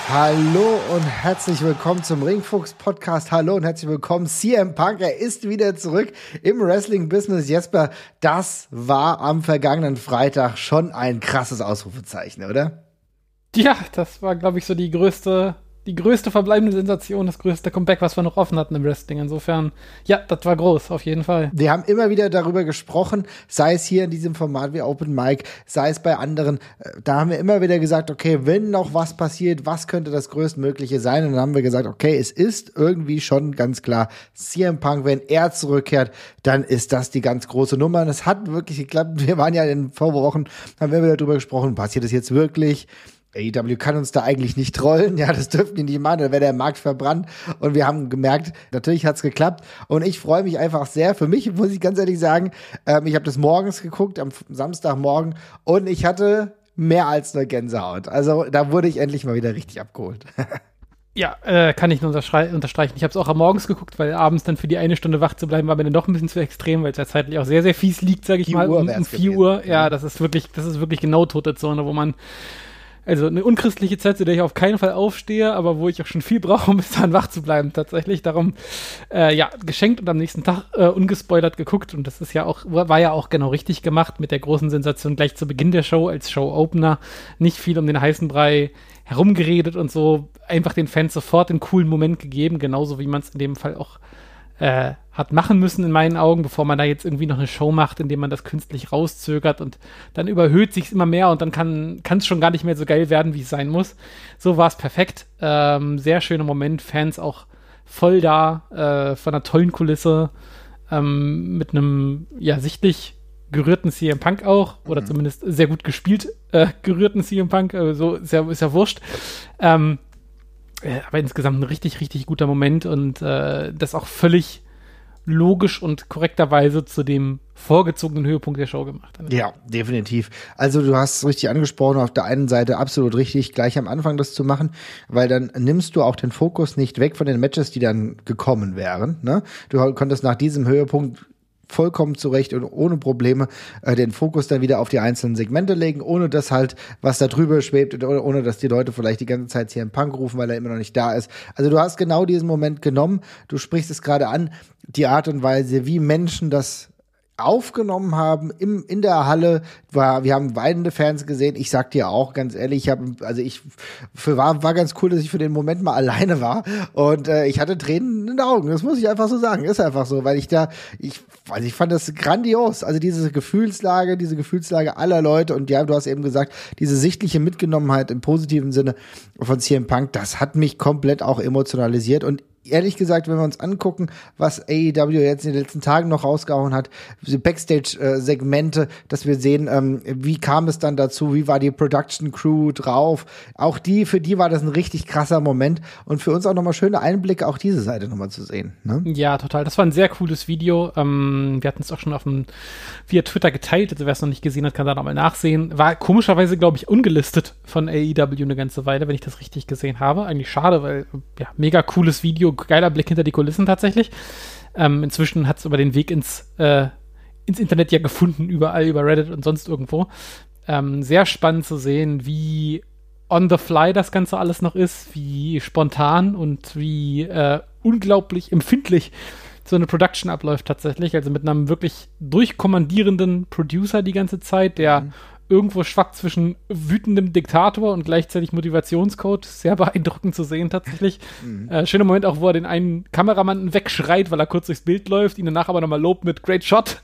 Hallo und herzlich willkommen zum Ringfuchs-Podcast. Hallo und herzlich willkommen. CM Punk, er ist wieder zurück im Wrestling-Business. Jesper, das war am vergangenen Freitag schon ein krasses Ausrufezeichen, oder? Ja, das war, glaube ich, so die größte verbleibende Sensation, das größte Comeback, was wir noch offen hatten im Wrestling. Insofern, ja, das war groß, auf jeden Fall. Wir haben immer wieder darüber gesprochen, sei es hier in diesem Format wie Open Mic, sei es bei anderen. Da haben wir immer wieder gesagt, okay, wenn noch was passiert, was könnte das Größtmögliche sein? Und dann haben wir gesagt, okay, es ist irgendwie schon ganz klar, CM Punk, wenn er zurückkehrt, dann ist das die ganz große Nummer. Und es hat wirklich geklappt. Wir waren ja in den Vorwochen, haben wir wieder darüber gesprochen, passiert das jetzt wirklich? AEW kann uns da eigentlich nicht trollen, ja, das dürften die nicht machen, dann wäre der Markt verbrannt. Und wir haben gemerkt, natürlich hat's geklappt. Und ich freue mich einfach sehr. Für mich muss ich ganz ehrlich sagen, ich habe das morgens geguckt, am Samstagmorgen, und ich hatte mehr als eine Gänsehaut. Also da wurde ich endlich mal wieder richtig abgeholt. Ja, kann ich nur unterstreichen. Ich habe es auch am Morgens geguckt, weil abends dann für die eine Stunde wach zu bleiben, war mir dann doch ein bisschen zu extrem, weil es ja zeitlich auch sehr, sehr fies liegt, sage ich mal, um 4 Uhr. Ja, das ist wirklich genau tote Zone, wo man also eine unchristliche Zeit, zu der ich auf keinen Fall aufstehe, aber wo ich auch schon viel brauche, um bis dahin wach zu bleiben tatsächlich. Darum, geschenkt und am nächsten Tag ungespoilert geguckt. Und das ist ja auch, war ja auch genau richtig gemacht mit der großen Sensation gleich zu Beginn der Show als Show-Opener. Nicht viel um den heißen Brei herumgeredet und so. Einfach den Fans sofort den coolen Moment gegeben, genauso wie man es in dem Fall auch hat machen müssen in meinen Augen, bevor man da jetzt irgendwie noch eine Show macht, indem man das künstlich rauszögert und dann überhöht sich's immer mehr und dann kann es schon gar nicht mehr so geil werden, wie es sein muss. So war es perfekt. Sehr schöner Moment, Fans auch voll da, von einer tollen Kulisse, mit einem, ja, sichtlich gerührten CM Punk auch, oder zumindest sehr gut gespielt gerührten CM Punk, so ist ja wurscht. Aber insgesamt ein richtig, richtig guter Moment und das auch völlig logisch und korrekterweise zu dem vorgezogenen Höhepunkt der Show gemacht. Ja, definitiv. Also du hast es richtig angesprochen, auf der einen Seite absolut richtig, gleich am Anfang das zu machen, weil dann nimmst du auch den Fokus nicht weg von den Matches, die dann gekommen wären. Ne? Du konntest nach diesem Höhepunkt vollkommen zurecht und ohne Probleme den Fokus dann wieder auf die einzelnen Segmente legen, ohne dass halt was da drüber schwebt oder ohne dass die Leute vielleicht die ganze Zeit CM Punk rufen, weil er immer noch nicht da ist. Also du hast genau diesen Moment genommen, du sprichst es gerade an, die Art und Weise, wie Menschen das aufgenommen haben in der Halle, wir haben weinende Fans gesehen. Ich sag dir auch ganz ehrlich, war ganz cool, dass ich für den Moment mal alleine war und ich hatte Tränen in den Augen. Das muss ich einfach so sagen, ist einfach so, weil ich fand das grandios. Also diese Gefühlslage aller Leute und ja, du hast eben gesagt, diese sichtliche Mitgenommenheit im positiven Sinne von CM Punk, das hat mich komplett auch emotionalisiert und ehrlich gesagt, wenn wir uns angucken, was AEW jetzt in den letzten Tagen noch rausgehauen hat, diese Backstage-Segmente, dass wir sehen, wie kam es dann dazu, wie war die Production-Crew drauf, auch für die war das ein richtig krasser Moment und für uns auch nochmal schöne Einblicke, auch diese Seite nochmal zu sehen. Ne? Ja, total. Das war ein sehr cooles Video. Wir hatten es auch schon via Twitter geteilt, also wer es noch nicht gesehen hat, kann da nochmal nachsehen. War komischerweise, glaube ich, ungelistet von AEW eine ganze Weile, wenn ich das richtig gesehen habe. Eigentlich schade, weil, ja, mega cooles Video, geiler Blick hinter die Kulissen tatsächlich. Inzwischen hat es aber den Weg ins Internet ja gefunden, überall, über Reddit und sonst irgendwo. Sehr spannend zu sehen, wie on the fly das Ganze alles noch ist, wie spontan und wie unglaublich empfindlich so eine Production abläuft tatsächlich. Also mit einem wirklich durchkommandierenden Producer die ganze Zeit, der irgendwo schwackt zwischen wütendem Diktator und gleichzeitig Motivationscode. Sehr beeindruckend zu sehen tatsächlich. Schöner Moment auch, wo er den einen Kameramann wegschreit, weil er kurz durchs Bild läuft, ihn danach aber nochmal lobt mit Great Shot.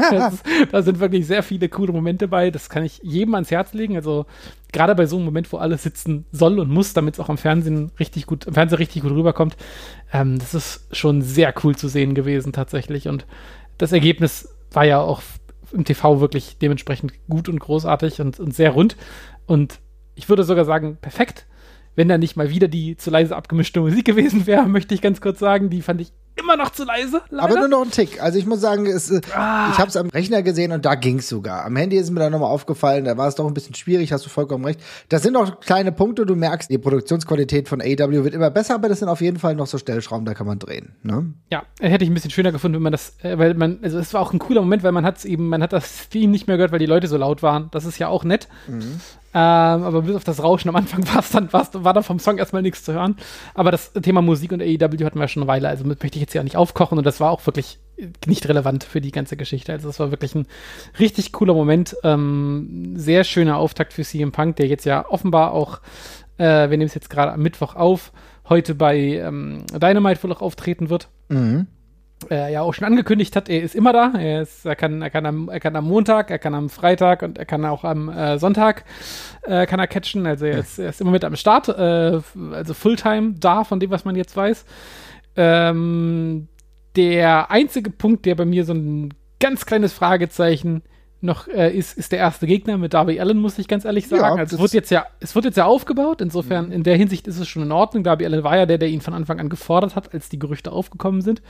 Da sind wirklich sehr viele coole Momente bei. Das kann ich jedem ans Herz legen. Also gerade bei so einem Moment, wo alles sitzen soll und muss, damit es auch am Fernseher richtig gut rüberkommt. Das ist schon sehr cool zu sehen gewesen tatsächlich. Und das Ergebnis war ja auch im TV wirklich dementsprechend gut und großartig und sehr rund. Und ich würde sogar sagen, perfekt, wenn da nicht mal wieder die zu leise abgemischte Musik gewesen wäre, möchte ich ganz kurz sagen. Die fand ich immer noch zu leise, leider. Aber nur noch ein Tick. Also ich muss sagen, ich habe es am Rechner gesehen und da ging es sogar. Am Handy ist mir dann nochmal aufgefallen, da war es doch ein bisschen schwierig, hast du vollkommen recht. Das sind auch kleine Punkte, du merkst, die Produktionsqualität von AEW wird immer besser, aber das sind auf jeden Fall noch so Stellschrauben, da kann man drehen. Ne? Ja, hätte ich ein bisschen schöner gefunden, wenn man das, also es war auch ein cooler Moment, weil man hat das Theme nicht mehr gehört, weil die Leute so laut waren. Das ist ja auch nett. Aber bis auf das Rauschen am Anfang war da vom Song erstmal nichts zu hören. Aber das Thema Musik und AEW hatten wir schon eine Weile, also möchte ich jetzt ja nicht aufkochen und das war auch wirklich nicht relevant für die ganze Geschichte. Also das war wirklich ein richtig cooler Moment. Sehr schöner Auftakt für CM Punk, der jetzt ja offenbar auch, wir nehmen es jetzt gerade am Mittwoch auf, heute bei Dynamite wohl auch auftreten wird. Mhm. Ja auch schon angekündigt hat, er ist immer da. Er kann am Montag, er kann am Freitag und er kann auch am Sonntag kann er catchen. Also er ist immer mit am Start, also Fulltime da, von dem, was man jetzt weiß. Der einzige Punkt, der bei mir so ein ganz kleines Fragezeichen noch ist der erste Gegner mit Darby Allin, muss ich ganz ehrlich sagen. Ja, also es wird jetzt ja aufgebaut, insofern in der Hinsicht ist es schon in Ordnung. Darby Allin war ja der ihn von Anfang an gefordert hat, als die Gerüchte aufgekommen sind.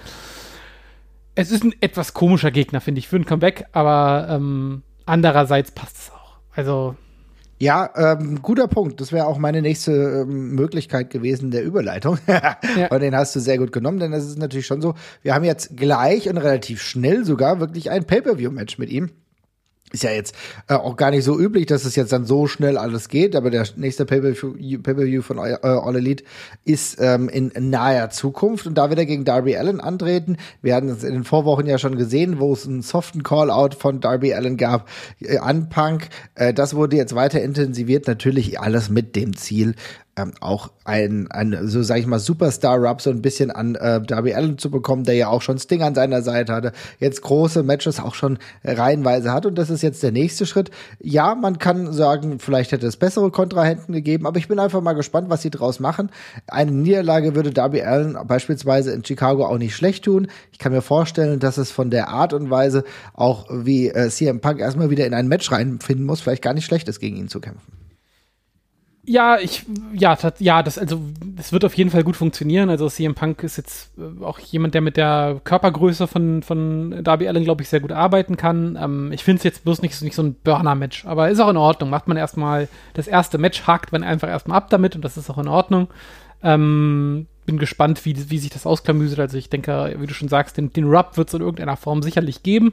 Es ist ein etwas komischer Gegner, finde ich, für ein Comeback, aber andererseits passt es auch. Also ja, guter Punkt. Das wäre auch meine nächste Möglichkeit gewesen der Überleitung. Ja. Und den hast du sehr gut genommen, denn es ist natürlich schon so, wir haben jetzt gleich und relativ schnell sogar wirklich ein Pay-Per-View-Match mit ihm. Ist ja jetzt auch gar nicht so üblich, dass es jetzt dann so schnell alles geht, aber der nächste Pay-Per-View von All Elite ist in naher Zukunft und da wird er gegen Darby Allin antreten. Wir hatten es in den Vorwochen ja schon gesehen, wo es einen soften Call-Out von Darby Allin gab an Punk. Das wurde jetzt weiter intensiviert, natürlich alles mit dem Ziel, auch ein so sag ich mal, Superstar-Rub so ein bisschen an Darby Allin zu bekommen, der ja auch schon Sting an seiner Seite hatte, jetzt große Matches auch schon reihenweise hat und das ist jetzt der nächste Schritt. Ja, man kann sagen, vielleicht hätte es bessere Kontrahenten gegeben, aber ich bin einfach mal gespannt, was sie draus machen. Eine Niederlage würde Darby Allin beispielsweise in Chicago auch nicht schlecht tun. Ich kann mir vorstellen, dass es von der Art und Weise auch wie CM Punk erstmal wieder in ein Match reinfinden muss, vielleicht gar nicht schlecht ist, gegen ihn zu kämpfen. Das wird auf jeden Fall gut funktionieren. Also CM Punk ist jetzt auch jemand, der mit der Körpergröße von Darby Allin, glaube ich, sehr gut arbeiten kann. Ich finde es jetzt bloß nicht so ein Burner-Match, aber ist auch in Ordnung. Macht man erstmal das erste Match, hakt man einfach erstmal ab damit und das ist auch in Ordnung. Bin gespannt, wie sich das ausklamüsert. Also ich denke, wie du schon sagst, den Rub wird es in irgendeiner Form sicherlich geben.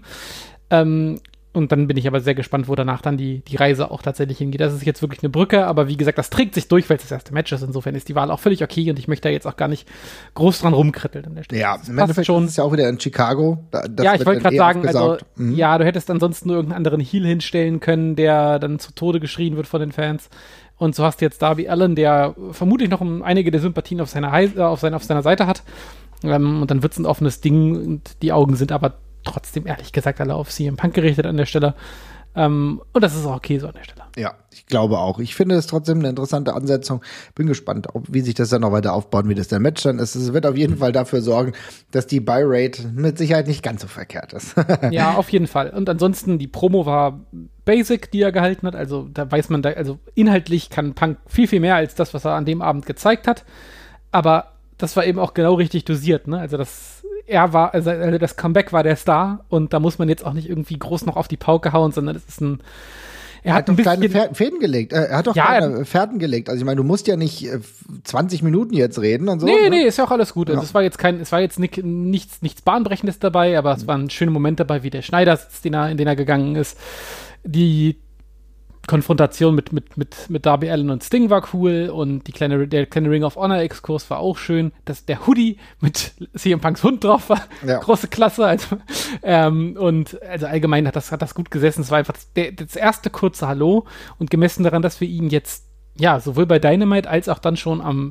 Und dann bin ich aber sehr gespannt, wo danach dann die Reise auch tatsächlich hingeht. Das ist jetzt wirklich eine Brücke, aber wie gesagt, das trägt sich durch, weil es das erste Match ist. Insofern ist die Wahl auch völlig okay und ich möchte da jetzt auch gar nicht groß dran rumkritteln an der Stelle. Ja, im Endeffekt ist es ja auch wieder in Chicago. Ja, ich wollte gerade sagen, also ja, du hättest ansonsten nur irgendeinen anderen Heel hinstellen können, der dann zu Tode geschrien wird von den Fans. Und so hast du jetzt Darby Allin, der vermutlich noch einige der Sympathien auf seiner Seite hat. Und dann wird es ein offenes Ding und die Augen sind aber trotzdem, ehrlich gesagt, alle auf CM Punk gerichtet an der Stelle. Und das ist auch okay so an der Stelle. Ja, ich glaube auch. Ich finde es trotzdem eine interessante Ansetzung. Bin gespannt, wie sich das dann noch weiter aufbaut, wie das der Match dann ist. Es wird auf jeden Fall dafür sorgen, dass die Buy-Rate mit Sicherheit nicht ganz so verkehrt ist. Ja, auf jeden Fall. Und ansonsten, die Promo war basic, die er gehalten hat. Also da weiß man, also inhaltlich kann Punk viel, viel mehr als das, was er an dem Abend gezeigt hat. Aber das war eben auch genau richtig dosiert, ne? Also das Comeback war der Star und da muss man jetzt auch nicht irgendwie groß noch auf die Pauke hauen, sondern das ist er hat doch kleine Fäden gelegt. Er hat doch kleine Fährten gelegt. Also ich meine, du musst ja nicht 20 Minuten jetzt reden und so. Nee, ist ja auch alles gut. Ja. Also es war jetzt nichts Bahnbrechendes dabei, aber es waren schöne Momente dabei, wie der Schneidersitz, in den er gegangen ist. Die Konfrontation mit Darby Allin und Sting war cool und der kleine Ring of Honor Exkurs war auch schön, dass der Hoodie mit CM Punks Hund drauf war, große Klasse, also allgemein hat das gut gesessen, es war einfach das erste kurze Hallo und gemessen daran, dass wir ihn jetzt, ja, sowohl bei Dynamite als auch dann schon am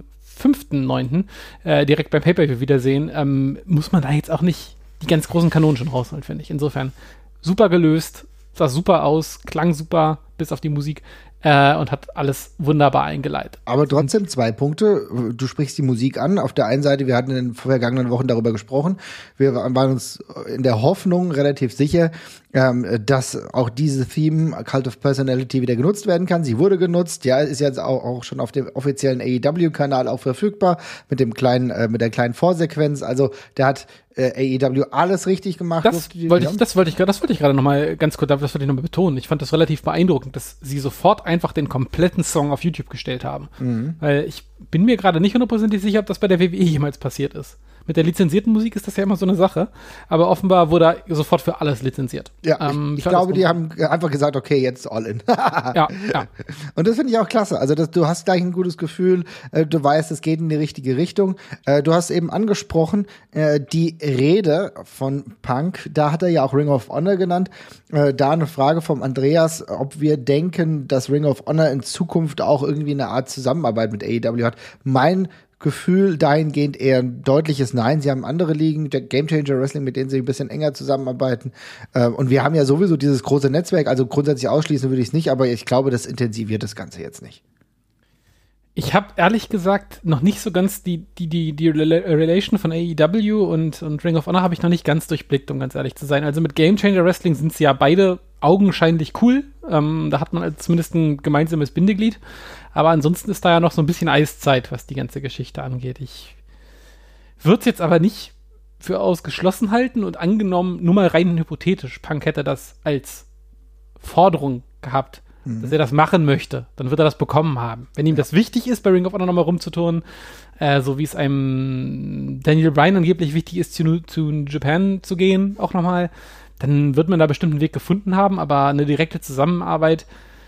5.9. Direkt beim Pay-Per-View wiedersehen, muss man da jetzt auch nicht die ganz großen Kanonen schon rausholen, finde ich. Insofern super gelöst, sah super aus, klang super, bis auf die Musik und hat alles wunderbar eingeleitet. Aber trotzdem 2 Punkte. Du sprichst die Musik an. Auf der einen Seite, wir hatten in den vergangenen Wochen darüber gesprochen. Wir waren uns in der Hoffnung relativ sicher, dass auch diese Theme Cult of Personality wieder genutzt werden kann. Sie wurde genutzt. Ja, ist jetzt auch schon auf dem offiziellen AEW-Kanal auch verfügbar mit der kleinen Vorsequenz. Also, der hat AEW alles richtig gemacht. Das wollte ich gerade noch mal ganz kurz, das wollte ich noch mal betonen. Ich fand das relativ beeindruckend, dass sie sofort einfach den kompletten Song auf YouTube gestellt haben. Mhm. Weil ich bin mir gerade nicht hundertprozentig sicher, ob das bei der WWE jemals passiert ist. Mit der lizenzierten Musik ist das ja immer so eine Sache. Aber offenbar wurde er sofort für alles lizenziert. Ja, ich glaube, die haben einfach gesagt, okay, jetzt all in. Ja. Und das finde ich auch klasse. Also du hast gleich ein gutes Gefühl, du weißt, es geht in die richtige Richtung. Du hast eben angesprochen, die Rede von Punk, da hat er ja auch Ring of Honor genannt. Da eine Frage vom Andreas, ob wir denken, dass Ring of Honor in Zukunft auch irgendwie eine Art Zusammenarbeit mit AEW hat. Mein Gefühl dahingehend eher ein deutliches Nein. Sie haben andere Ligen, der Game Changer Wrestling, mit denen sie ein bisschen enger zusammenarbeiten. Und wir haben ja sowieso dieses große Netzwerk, also grundsätzlich ausschließen würde ich es nicht, aber ich glaube, das intensiviert das Ganze jetzt nicht. Ich habe ehrlich gesagt noch nicht so ganz die Relation von AEW und Ring of Honor habe ich noch nicht ganz durchblickt, um ganz ehrlich zu sein. Also mit Game Changer Wrestling sind sie ja beide augenscheinlich cool. Da hat man also zumindest ein gemeinsames Bindeglied. Aber ansonsten ist da ja noch so ein bisschen Eiszeit, was die ganze Geschichte angeht. Ich würde es jetzt aber nicht für ausgeschlossen halten und angenommen, nur mal rein hypothetisch, Punk hätte das als Forderung gehabt, dass er das machen möchte, dann wird er das bekommen haben. Wenn ihm das wichtig ist, bei Ring of Honor nochmal rumzuturnen, so wie es einem Daniel Bryan angeblich wichtig ist, zu Japan zu gehen, auch nochmal, dann wird man da bestimmt einen Weg gefunden haben, aber eine direkte Zusammenarbeit,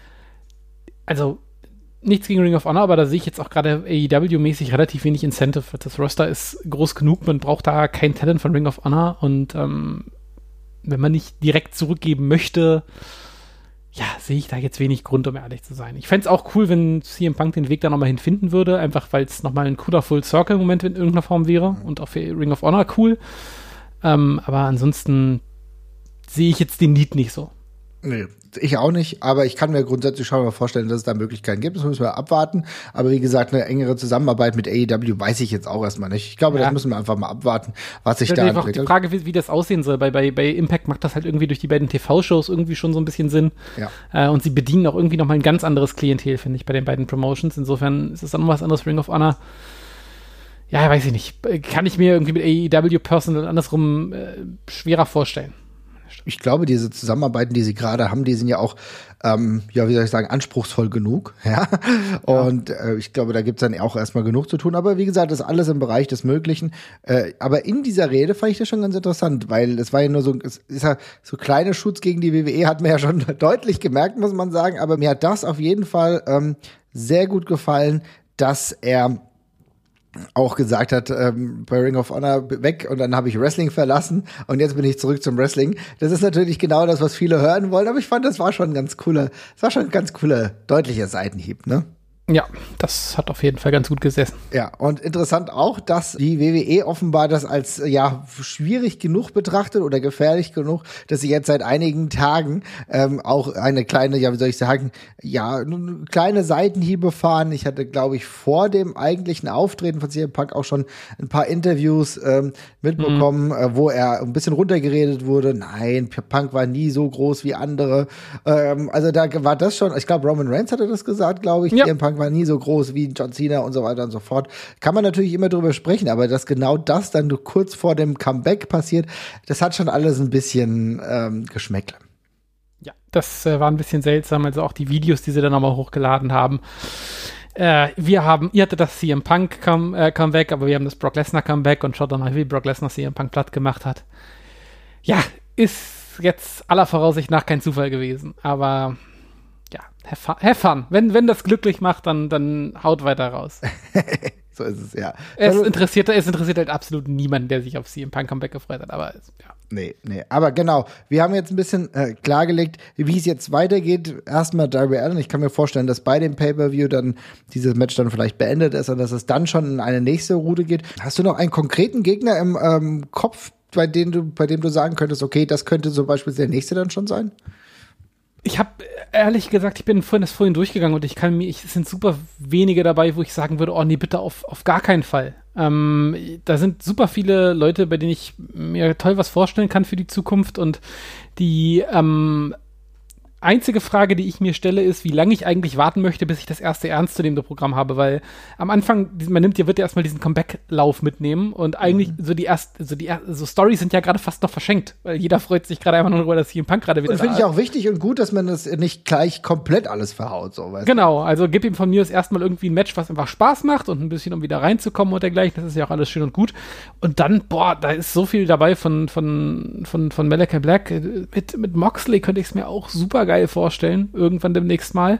also nichts gegen Ring of Honor, aber da sehe ich jetzt auch gerade AEW-mäßig relativ wenig Incentive. Das Roster ist groß genug, man braucht da kein Talent von Ring of Honor und wenn man nicht direkt zurückgeben möchte, ja, sehe ich da jetzt wenig Grund, um ehrlich zu sein. Ich fände es auch cool, wenn CM Punk den Weg da nochmal hinfinden würde, einfach weil es nochmal ein cooler Full-Circle-Moment in irgendeiner Form wäre und auch für Ring of Honor cool. Aber ansonsten sehe ich jetzt den Need nicht so. Nee, ich auch nicht, aber ich kann mir grundsätzlich schon mal vorstellen, dass es da Möglichkeiten gibt. Das müssen wir abwarten. Aber wie gesagt, eine engere Zusammenarbeit mit AEW weiß ich jetzt auch erstmal nicht. Ich glaube, das müssen wir einfach mal abwarten, was sich da entwickelt. Die Frage, wie das aussehen soll. Bei Impact macht das halt irgendwie durch die beiden TV-Shows irgendwie schon so ein bisschen Sinn. Ja. Und sie bedienen auch irgendwie noch mal ein ganz anderes Klientel, finde ich, bei den beiden Promotions. Insofern ist es dann noch was anderes, Ring of Honor. Ja, weiß ich nicht. Kann ich mir irgendwie mit AEW Personal andersrum schwerer vorstellen. Ich glaube, diese Zusammenarbeiten, die sie gerade haben, die sind ja auch, wie soll ich sagen, anspruchsvoll genug. Ja. Und ich glaube, da gibt's dann auch erstmal genug zu tun. Aber wie gesagt, das ist alles im Bereich des Möglichen. Aber in dieser Rede fand ich das schon ganz interessant, weil es war ja nur so, es ist ja so kleine Schutz gegen die WWE, hat man ja schon deutlich gemerkt, muss man sagen. Aber mir hat das auf jeden Fall sehr gut gefallen, dass er auch gesagt hat, bei Ring of Honor weg und dann habe ich Wrestling verlassen und jetzt bin ich zurück zum Wrestling. Das ist natürlich genau das, was viele hören wollen, aber ich fand, das war schon ein ganz cooler, deutlicher Seitenhieb, ne? Ja, das hat auf jeden Fall ganz gut gesessen. Ja, und interessant auch, dass die WWE offenbar das als schwierig genug betrachtet oder gefährlich genug, dass sie jetzt seit einigen Tagen auch eine kleine, kleine Seitenhiebe fahren. Ich hatte, glaube ich, vor dem eigentlichen Auftreten von CM Punk auch schon ein paar Interviews mitbekommen, wo er ein bisschen runtergeredet wurde. Nein, Punk war nie so groß wie andere. Also da war das schon, ich glaube, Roman Reigns hatte das gesagt, glaube ich. Ja. CM Punk war nie so groß wie John Cena und so weiter und so fort. Kann man natürlich immer drüber sprechen, aber dass genau das dann kurz vor dem Comeback passiert, das hat schon alles ein bisschen Geschmäckle. Ja, das war ein bisschen seltsam, also auch die Videos, die sie dann nochmal hochgeladen haben. Ihr hattet das CM Punk Comeback, aber wir haben das Brock Lesnar Comeback und schaut dann mal, wie Brock Lesnar CM Punk platt gemacht hat. Ja, ist jetzt aller Voraussicht nach kein Zufall gewesen, aber ja, have fun. Wenn das glücklich macht, dann haut weiter raus. So ist es, ja. Es interessiert halt absolut niemanden, der sich auf CM Punk Comeback gefreut hat, aber ja. Nee. Aber genau, wir haben jetzt ein bisschen klargelegt, wie es jetzt weitergeht. Erstmal Darby Allin. Ich kann mir vorstellen, dass bei dem Pay-Per-View dann dieses Match dann vielleicht beendet ist und dass es dann schon in eine nächste Route geht. Hast du noch einen konkreten Gegner im Kopf, bei dem du sagen könntest, okay, das könnte zum Beispiel der nächste dann schon sein? Ich habe ehrlich gesagt, ich bin vorhin durchgegangen und es sind super wenige dabei, wo ich sagen würde, oh nee, bitte auf gar keinen Fall. Da sind super viele Leute, bei denen ich mir toll was vorstellen kann für die Zukunft und die einzige Frage, die ich mir stelle, ist, wie lange ich eigentlich warten möchte, bis ich das erste ernstzunehmende Programm habe, weil am Anfang, wird ja erstmal diesen Comeback-Lauf mitnehmen und eigentlich so Storys sind ja gerade fast noch verschenkt, weil jeder freut sich gerade einfach nur darüber, dass CM Punk gerade wieder und finde ich auch wichtig und gut, dass man das nicht gleich komplett alles verhaut, so, weißt Genau, also gib ihm von mir erstmal irgendwie ein Match, was einfach Spaß macht und ein bisschen, um wieder reinzukommen und dergleichen, das ist ja auch alles schön und gut. Und dann, da ist so viel dabei von Malachi Black. Mit Moxley könnte ich es mir auch super geil vorstellen, irgendwann demnächst mal.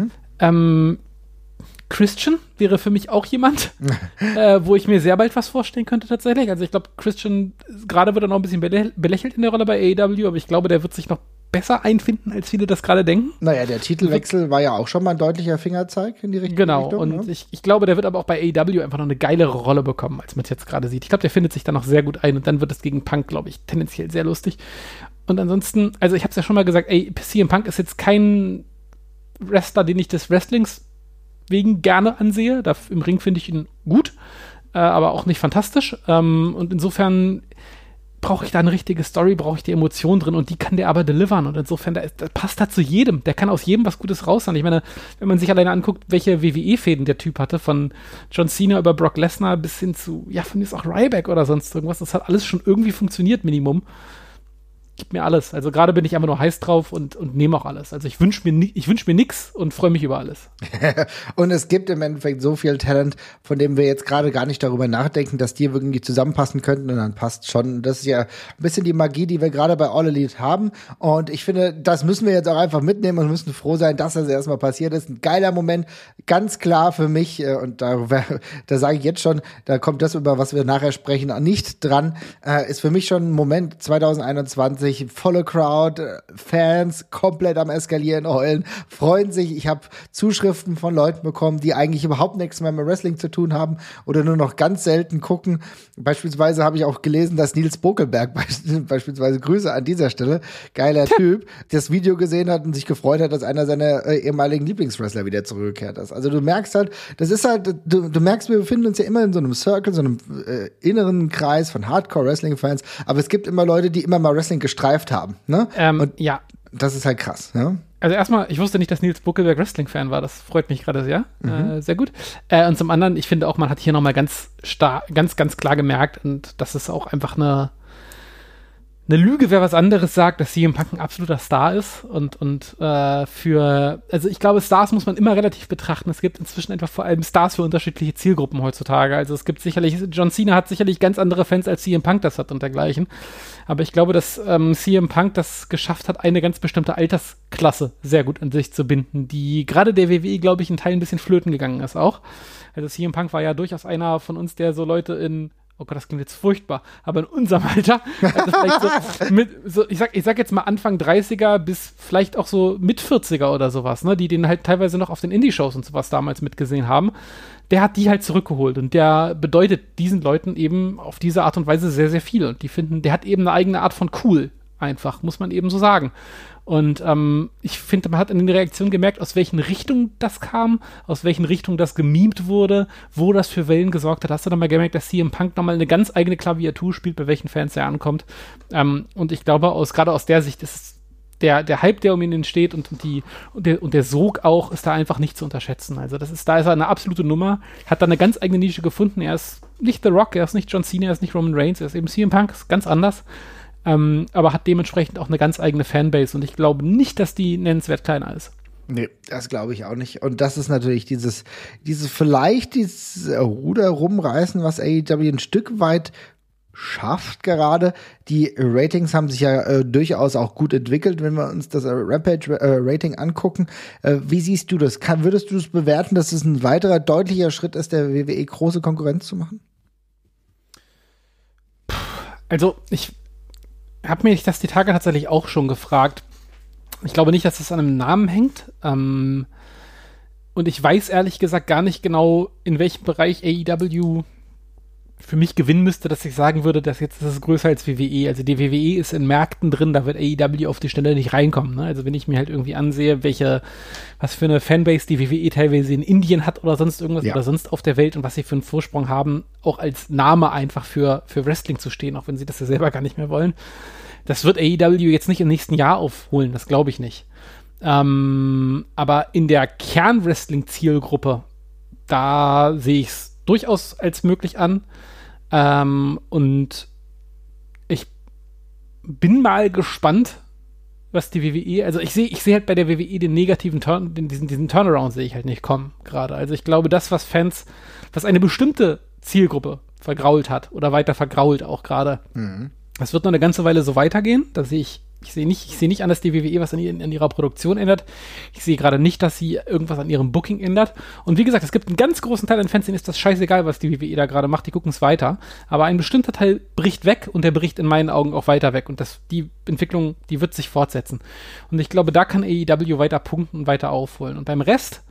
Christian wäre für mich auch jemand, wo ich mir sehr bald was vorstellen könnte tatsächlich. Also ich glaube, Christian, gerade wird er noch ein bisschen belächelt in der Rolle bei AEW, aber ich glaube, der wird sich noch besser einfinden, als viele das gerade denken. Naja, der Titelwechsel war ja auch schon mal ein deutlicher Fingerzeig in die richtige Richtung. Genau, und ich glaube, der wird aber auch bei AEW einfach noch eine geilere Rolle bekommen, als man es jetzt gerade sieht. Ich glaube, der findet sich da noch sehr gut ein und dann wird es gegen Punk, glaube ich, tendenziell sehr lustig. Und ansonsten, also ich habe es ja schon mal gesagt, CM Punk ist jetzt kein Wrestler, den ich des Wrestlings wegen gerne ansehe. Im Ring finde ich ihn gut, aber auch nicht fantastisch. Und insofern brauche ich da eine richtige Story, brauche ich die Emotion drin und die kann der aber delivern. Und insofern, das passt da zu jedem. Der kann aus jedem was Gutes raushauen. Ich meine, wenn man sich alleine anguckt, welche WWE-Fäden der Typ hatte, von John Cena über Brock Lesnar bis hin zu, ja, von mir ist auch Ryback oder sonst irgendwas, das hat alles schon irgendwie funktioniert, Minimum. Gib mir alles. Also gerade bin ich einfach nur heiß drauf und nehme auch alles. Also ich wünsche mir nix und freue mich über alles. Und es gibt im Endeffekt so viel Talent, von dem wir jetzt gerade gar nicht darüber nachdenken, dass die irgendwie zusammenpassen könnten und dann passt schon. Das ist ja ein bisschen die Magie, die wir gerade bei All Elite haben. Und ich finde, das müssen wir jetzt auch einfach mitnehmen und müssen froh sein, dass das erstmal passiert ist. Ein geiler Moment, ganz klar für mich. Und da sage ich jetzt schon, da kommt das, über was wir nachher sprechen, nicht dran. Ist für mich schon ein Moment 2021. Volle Crowd, Fans komplett am Eskalieren, heulen, freuen sich. Ich habe Zuschriften von Leuten bekommen, die eigentlich überhaupt nichts mehr mit Wrestling zu tun haben oder nur noch ganz selten gucken. Beispielsweise habe ich auch gelesen, dass Nils Bokelberg beispielsweise, Grüße an dieser Stelle, geiler Typ, das Video gesehen hat und sich gefreut hat, dass einer seiner ehemaligen Lieblingswrestler wieder zurückgekehrt ist. Also du merkst halt, das ist halt, du merkst, wir befinden uns ja immer in so einem Circle, so einem inneren Kreis von Hardcore-Wrestling-Fans, aber es gibt immer Leute, die immer mal Wrestling gestreift haben, ne? Und ja. Das ist halt krass, ja? Also erstmal, ich wusste nicht, dass Nils Buckelberg Wrestling-Fan war. Das freut mich gerade sehr. Sehr gut. Und zum anderen, ich finde auch, man hat hier nochmal ganz klar gemerkt, und das ist auch einfach eine Lüge, wer was anderes sagt, dass CM Punk ein absoluter Star ist und also ich glaube, Stars muss man immer relativ betrachten. Es gibt inzwischen einfach vor allem Stars für unterschiedliche Zielgruppen heutzutage. Also es gibt sicherlich, John Cena hat sicherlich ganz andere Fans, als CM Punk das hat und dergleichen. Aber ich glaube, dass CM Punk das geschafft hat, eine ganz bestimmte Altersklasse sehr gut an sich zu binden, die gerade der WWE, glaube ich, in Teilen ein bisschen flöten gegangen ist auch. Also CM Punk war ja durchaus einer von uns, der so Leute oh Gott, das klingt jetzt furchtbar, aber in unserem Alter, also vielleicht ich sag jetzt mal Anfang 30er bis vielleicht auch so mit 40er oder sowas, ne, die den halt teilweise noch auf den Indie-Shows und sowas damals mitgesehen haben, der hat die halt zurückgeholt und der bedeutet diesen Leuten eben auf diese Art und Weise sehr, sehr viel und die finden, der hat eben eine eigene Art von cool, einfach, muss man eben so sagen. Und ich finde, man hat in den Reaktionen gemerkt, aus welchen Richtungen das kam, aus welchen Richtungen das gemimt wurde, wo das für Wellen gesorgt hat. Hast du dann mal gemerkt, dass CM Punk nochmal eine ganz eigene Klaviatur spielt, bei welchen Fans er ankommt. Und ich glaube, gerade aus der Sicht ist es der Hype, der um ihn entsteht und der Sog auch, ist da einfach nicht zu unterschätzen. Also da ist er eine absolute Nummer, hat da eine ganz eigene Nische gefunden. Er ist nicht The Rock, er ist nicht John Cena, er ist nicht Roman Reigns, er ist eben CM Punk, ist ganz anders. Aber hat dementsprechend auch eine ganz eigene Fanbase und ich glaube nicht, dass die nennenswert kleiner ist. Nee, das glaube ich auch nicht. Und das ist natürlich dieses Ruder rumreißen, was AEW ein Stück weit schafft gerade. Die Ratings haben sich ja durchaus auch gut entwickelt, wenn wir uns das Rampage-Rating angucken. Wie siehst du das? Würdest du es bewerten, dass es ein weiterer deutlicher Schritt ist, der WWE große Konkurrenz zu machen? Also, ich habe mich das die Tage tatsächlich auch schon gefragt. Ich glaube nicht, dass das an einem Namen hängt. Und ich weiß ehrlich gesagt gar nicht genau, in welchem Bereich AEW für mich gewinnen müsste, dass ich sagen würde, dass jetzt ist es größer als WWE. Also die WWE ist in Märkten drin, da wird AEW auf die Stelle nicht reinkommen. Ne? Also wenn ich mir halt irgendwie ansehe, was für eine Fanbase die WWE teilweise in Indien hat oder sonst irgendwas oder sonst auf der Welt und was sie für einen Vorsprung haben, auch als Name einfach für Wrestling zu stehen, auch wenn sie das ja selber gar nicht mehr wollen. Das wird AEW jetzt nicht im nächsten Jahr aufholen, das glaube ich nicht. Aber in der Kern-Wrestling-Zielgruppe, da sehe ich es durchaus als möglich an. Und ich bin mal gespannt, was die WWE, also ich sehe halt bei der WWE den negativen diesen Turnaround sehe ich halt nicht kommen gerade. Also ich glaube, das, was eine bestimmte Zielgruppe vergrault hat oder weiter vergrault auch gerade, das wird noch eine ganze Weile so weitergehen. Da sehe ich sehe nicht an, dass die WWE was an ihrer Produktion ändert. Ich sehe gerade nicht, dass sie irgendwas an ihrem Booking ändert. Und wie gesagt, es gibt einen ganz großen Teil an Fans, denen ist das scheißegal, was die WWE da gerade macht. Die gucken es weiter. Aber ein bestimmter Teil bricht weg und der bricht in meinen Augen auch weiter weg. Und die Entwicklung, die wird sich fortsetzen. Und ich glaube, da kann AEW weiter punkten und weiter aufholen. Und beim Rest,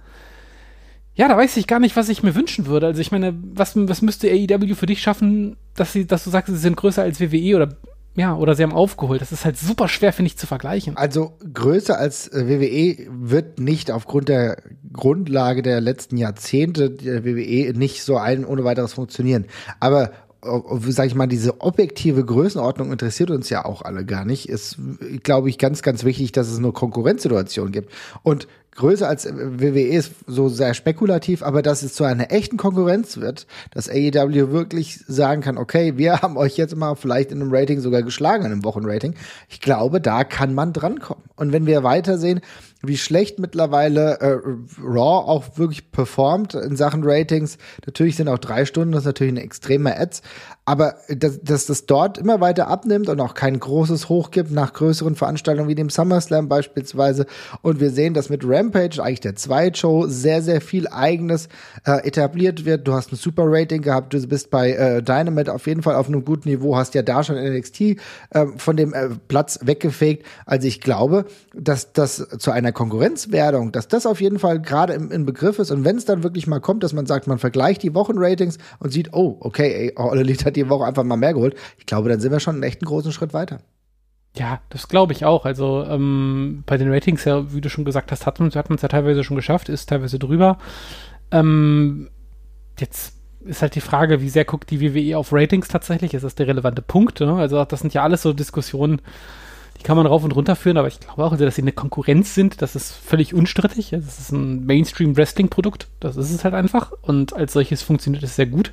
ja, da weiß ich gar nicht, was ich mir wünschen würde. Also ich meine, was müsste AEW für dich schaffen, dass du sagst, sie sind größer als WWE oder sie haben aufgeholt. Das ist halt super schwer, finde ich, zu vergleichen. Also größer als WWE wird nicht aufgrund der Grundlage der letzten Jahrzehnte der WWE nicht so ohne weiteres funktionieren. Aber sag ich mal, diese objektive Größenordnung interessiert uns ja auch alle gar nicht. Ist, glaube ich, ganz, ganz wichtig, dass es eine Konkurrenzsituation gibt. Und größer als WWE ist so sehr spekulativ, aber dass es zu einer echten Konkurrenz wird, dass AEW wirklich sagen kann, okay, wir haben euch jetzt mal vielleicht in einem Rating sogar geschlagen, in einem Wochenrating. Ich glaube, da kann man drankommen. Und wenn wir weitersehen, wie schlecht mittlerweile Raw auch wirklich performt in Sachen Ratings, natürlich sind auch 3 Stunden, das ist natürlich ein extremer Ads, aber dass das dort immer weiter abnimmt und auch kein großes Hoch gibt nach größeren Veranstaltungen wie dem SummerSlam beispielsweise. Und wir sehen, dass mit Rampage, eigentlich der Zweitshow, sehr, sehr viel Eigenes etabliert wird. Du hast ein super Rating gehabt, du bist bei Dynamite auf jeden Fall auf einem guten Niveau, hast ja da schon NXT von dem Platz weggefegt. Also ich glaube, dass das zu einer Konkurrenzwerdung, dass das auf jeden Fall gerade im Begriff ist. Und wenn es dann wirklich mal kommt, dass man sagt, man vergleicht die Wochenratings und sieht, oh, okay, All Elite hat die Woche einfach mal mehr geholt. Ich glaube, dann sind wir schon einen echt großen Schritt weiter. Ja, das glaube ich auch. Also bei den Ratings, ja, wie du schon gesagt hast, hat man es ja teilweise schon geschafft, ist teilweise drüber. Jetzt ist halt die Frage, wie sehr guckt die WWE auf Ratings tatsächlich? Ist das der relevante Punkt? Ne? Also das sind ja alles so Diskussionen, die kann man rauf und runter führen, aber ich glaube auch, also, dass sie eine Konkurrenz sind, das ist völlig unstrittig. Das ist ein Mainstream-Wrestling-Produkt, das ist es halt einfach. Und als solches funktioniert es sehr gut.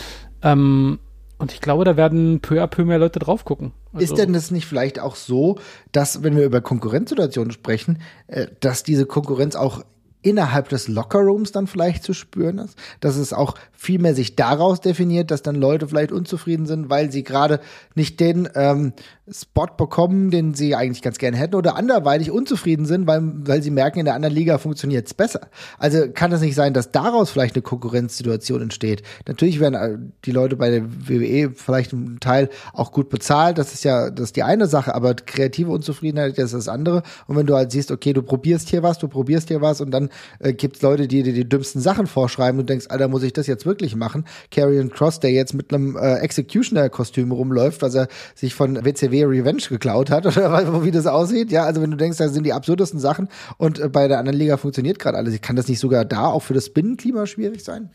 Und ich glaube, da werden peu à peu mehr Leute drauf gucken. Also, ist denn das nicht vielleicht auch so, dass, wenn wir über Konkurrenzsituationen sprechen, dass diese Konkurrenz auch innerhalb des Lockerrooms dann vielleicht zu spüren ist? Dass es auch viel mehr sich daraus definiert, dass dann Leute vielleicht unzufrieden sind, weil sie gerade nicht den Spot bekommen, den sie eigentlich ganz gerne hätten, oder anderweitig unzufrieden sind, weil sie merken, in der anderen Liga funktioniert es besser. Also kann es nicht sein, dass daraus vielleicht eine Konkurrenzsituation entsteht? Natürlich werden die Leute bei der WWE vielleicht einen Teil auch gut bezahlt, das ist die eine Sache, aber kreative Unzufriedenheit, das ist das andere. Und wenn du halt siehst, okay, du probierst hier was und dann gibt's Leute, die dir die dümmsten Sachen vorschreiben und du denkst, Alter, muss ich das jetzt wirklich machen? Karrion Kross, der jetzt mit einem Executioner-Kostüm rumläuft, was er sich von WCW Revenge geklaut hat, oder wie das aussieht. Ja, also wenn du denkst, da sind die absurdesten Sachen und bei der anderen Liga funktioniert gerade alles. Kann das nicht sogar da auch für das Binnenklima schwierig sein?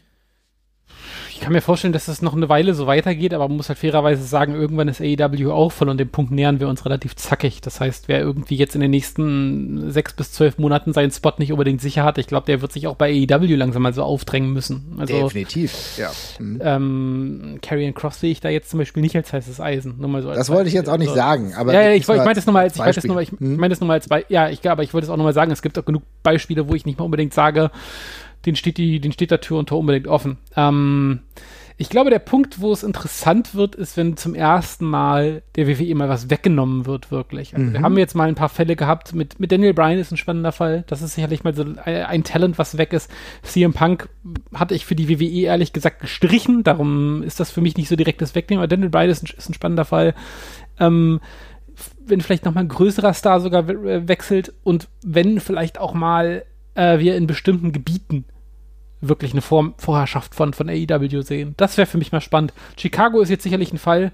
Ich kann mir vorstellen, dass das noch eine Weile so weitergeht, aber man muss halt fairerweise sagen, irgendwann ist AEW auch voll und dem Punkt nähern wir uns relativ zackig. Das heißt, wer irgendwie jetzt in den nächsten 6 bis 12 Monaten seinen Spot nicht unbedingt sicher hat, ich glaube, der wird sich auch bei AEW langsam mal so aufdrängen müssen. Also, definitiv, ja. Karrion Kross sehe ich da jetzt zum Beispiel nicht als heißes Eisen. Nur mal so als das wollte ich jetzt auch nicht sagen. Aber ja, ich meine das nochmal als Beispiel. Ja, aber ich wollte es auch nochmal sagen, es gibt auch genug Beispiele, wo ich nicht mal unbedingt sage, den steht der Tür und Tor unbedingt offen. Ich glaube, der Punkt, wo es interessant wird, ist, wenn zum ersten Mal der WWE mal was weggenommen wird, wirklich. Also wir haben jetzt mal ein paar Fälle gehabt, mit Daniel Bryan ist ein spannender Fall. Das ist sicherlich mal so ein Talent, was weg ist. CM Punk hatte ich für die WWE ehrlich gesagt gestrichen, darum ist das für mich nicht so direkt das Wegnehmen, aber Daniel Bryan ist ein spannender Fall. Wenn vielleicht noch mal ein größerer Star sogar wechselt und wenn vielleicht auch mal wir in bestimmten Gebieten wirklich eine Vorherrschaft von AEW sehen. Das wäre für mich mal spannend. Chicago ist jetzt sicherlich ein Fall,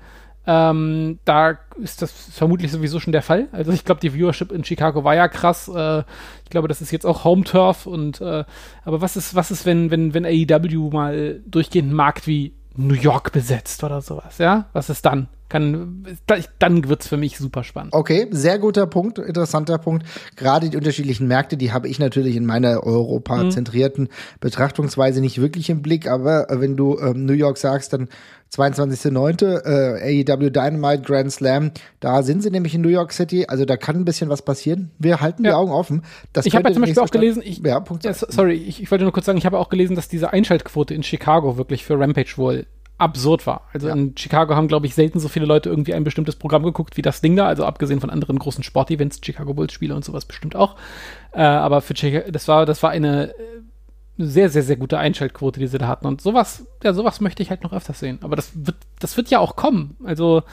da ist das vermutlich sowieso schon der Fall. Also ich glaube, die Viewership in Chicago war ja krass. Ich glaube, das ist jetzt auch Home Turf aber was ist, wenn AEW mal durchgehend einen Markt wie New York besetzt oder sowas, ja? Was ist dann? dann wird's für mich super spannend. Okay, sehr guter Punkt, interessanter Punkt. Gerade die unterschiedlichen Märkte, die habe ich natürlich in meiner europazentrierten Betrachtungsweise nicht wirklich im Blick, aber wenn du New York sagst, dann 22.09. AEW Dynamite Grand Slam, da sind sie nämlich in New York City, also da kann ein bisschen was passieren. Wir halten die Augen offen. Ich habe ja zum Beispiel auch gelesen, ich wollte nur kurz sagen, ich habe auch gelesen, dass diese Einschaltquote in Chicago wirklich für Rampage wohl absurd war. Also in Chicago haben, glaube ich, selten so viele Leute irgendwie ein bestimmtes Programm geguckt wie das Ding da, also abgesehen von anderen großen Sportevents, Chicago Bulls Spiele und sowas bestimmt auch. Aber für Chicago, das war eine sehr, sehr, sehr gute Einschaltquote, die sie da hatten. Und sowas möchte ich halt noch öfters sehen. Aber das wird ja auch kommen. Also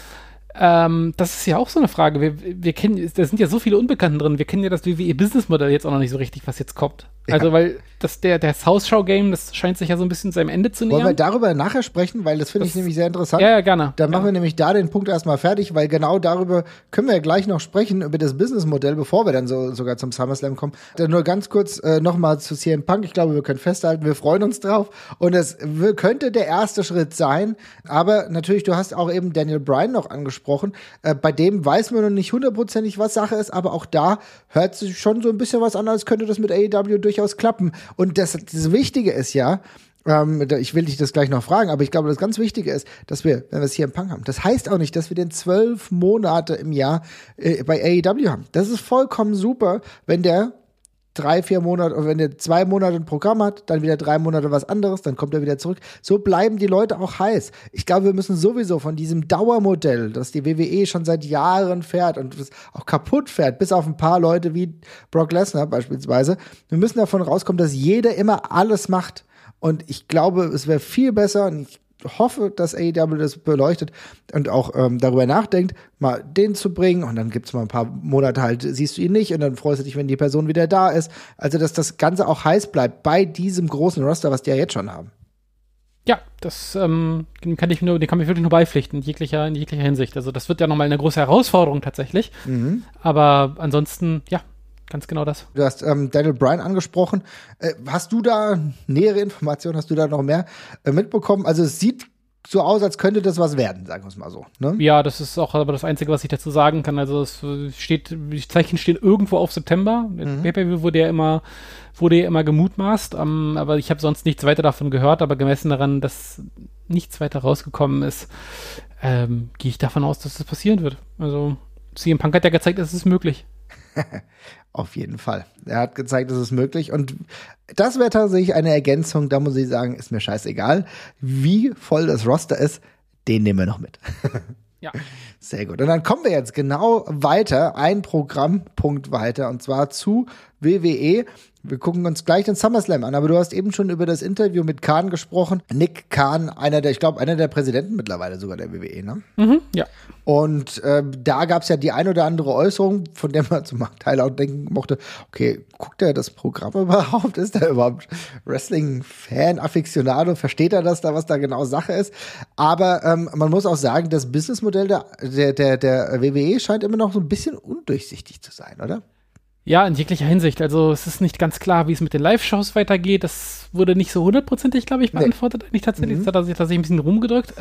das ist ja auch so eine Frage. Wir kennen, da sind ja so viele Unbekannten drin. Wir kennen ja das WWE-Business-Modell jetzt auch noch nicht so richtig, was jetzt kommt. Ja. Also, weil der House-Show-Game, das scheint sich ja so ein bisschen seinem Ende zu nähern. Wollen wir darüber nachher sprechen, weil das finde ich nämlich sehr interessant. Ja, gerne. Dann machen wir nämlich da den Punkt erstmal fertig, weil genau darüber können wir ja gleich noch sprechen, über das Business-Modell, bevor wir dann sogar zum SummerSlam kommen. Dann nur ganz kurz nochmal zu CM Punk. Ich glaube, wir können festhalten, wir freuen uns drauf. Und es könnte der erste Schritt sein. Aber natürlich, du hast auch eben Daniel Bryan noch angesprochen. Bei dem weiß man noch nicht hundertprozentig, was Sache ist, aber auch da hört sich schon so ein bisschen was an, als könnte das mit AEW durchaus klappen. Und das Wichtige ist ja, ich will dich das gleich noch fragen, aber ich glaube, das ganz Wichtige ist, dass wir, wenn wir es hier im Punk haben, das heißt auch nicht, dass wir den 12 Monate im Jahr bei AEW haben. Das ist vollkommen super, wenn der 3-4 Monate, oder wenn der 2 Monate ein Programm hat, dann wieder 3 Monate was anderes, dann kommt er wieder zurück. So bleiben die Leute auch heiß. Ich glaube, wir müssen sowieso von diesem Dauermodell, das die WWE schon seit Jahren fährt und das auch kaputt fährt, bis auf ein paar Leute wie Brock Lesnar beispielsweise, wir müssen davon rauskommen, dass jeder immer alles macht. Und ich glaube, es wäre viel besser, und ich hoffe, dass AEW das beleuchtet und auch darüber nachdenkt, mal den zu bringen und dann gibt's mal ein paar Monate halt, siehst du ihn nicht und dann freust du dich, wenn die Person wieder da ist. Also, dass das Ganze auch heiß bleibt bei diesem großen Roster, was die ja jetzt schon haben. Ja, das dem kann ich wirklich nur beipflichten, in jeglicher Hinsicht. Also, das wird ja nochmal eine große Herausforderung tatsächlich. Aber ansonsten, ja, ganz genau das. Du hast Daniel Bryan angesprochen. Hast du da nähere Informationen? Hast du da noch mehr mitbekommen? Also es sieht so aus, als könnte das was werden, sagen wir es mal so. Ne? Ja, das ist auch aber das Einzige, was ich dazu sagen kann. Also die Zeichen stehen irgendwo auf September. Pay-Per-View wurde ja immer gemutmaßt, aber ich habe sonst nichts weiter davon gehört. Aber gemessen daran, dass nichts weiter rausgekommen ist, gehe ich davon aus, dass das passieren wird. Also CM Punk hat ja gezeigt, es ist möglich. Auf jeden Fall. Er hat gezeigt, es ist möglich. Und das wäre tatsächlich eine Ergänzung. Da muss ich sagen, ist mir scheißegal, wie voll das Roster ist. Den nehmen wir noch mit. Ja. Sehr gut. Und dann kommen wir jetzt genau weiter, ein Programmpunkt weiter, und zwar zu WWE. Wir gucken uns gleich den SummerSlam an, aber du hast eben schon über das Interview mit Khan gesprochen. Nick Khan, einer der Präsidenten mittlerweile sogar der WWE, ne? Ja. Und da gab es ja die ein oder andere Äußerung, von der man zum Teil auch denken mochte, okay, guckt er das Programm überhaupt? Ist er überhaupt Wrestling-Fan, Aficionado? Versteht er das da, was da genau Sache ist? Aber man muss auch sagen, das Businessmodell der WWE scheint immer noch so ein bisschen undurchsichtig zu sein, oder? Ja, in jeglicher Hinsicht. Also es ist nicht ganz klar, wie es mit den Live-Shows weitergeht. Das wurde nicht so hundertprozentig, glaube ich, beantwortet. Eigentlich tatsächlich. Das hat er sich tatsächlich ein bisschen rumgedrückt.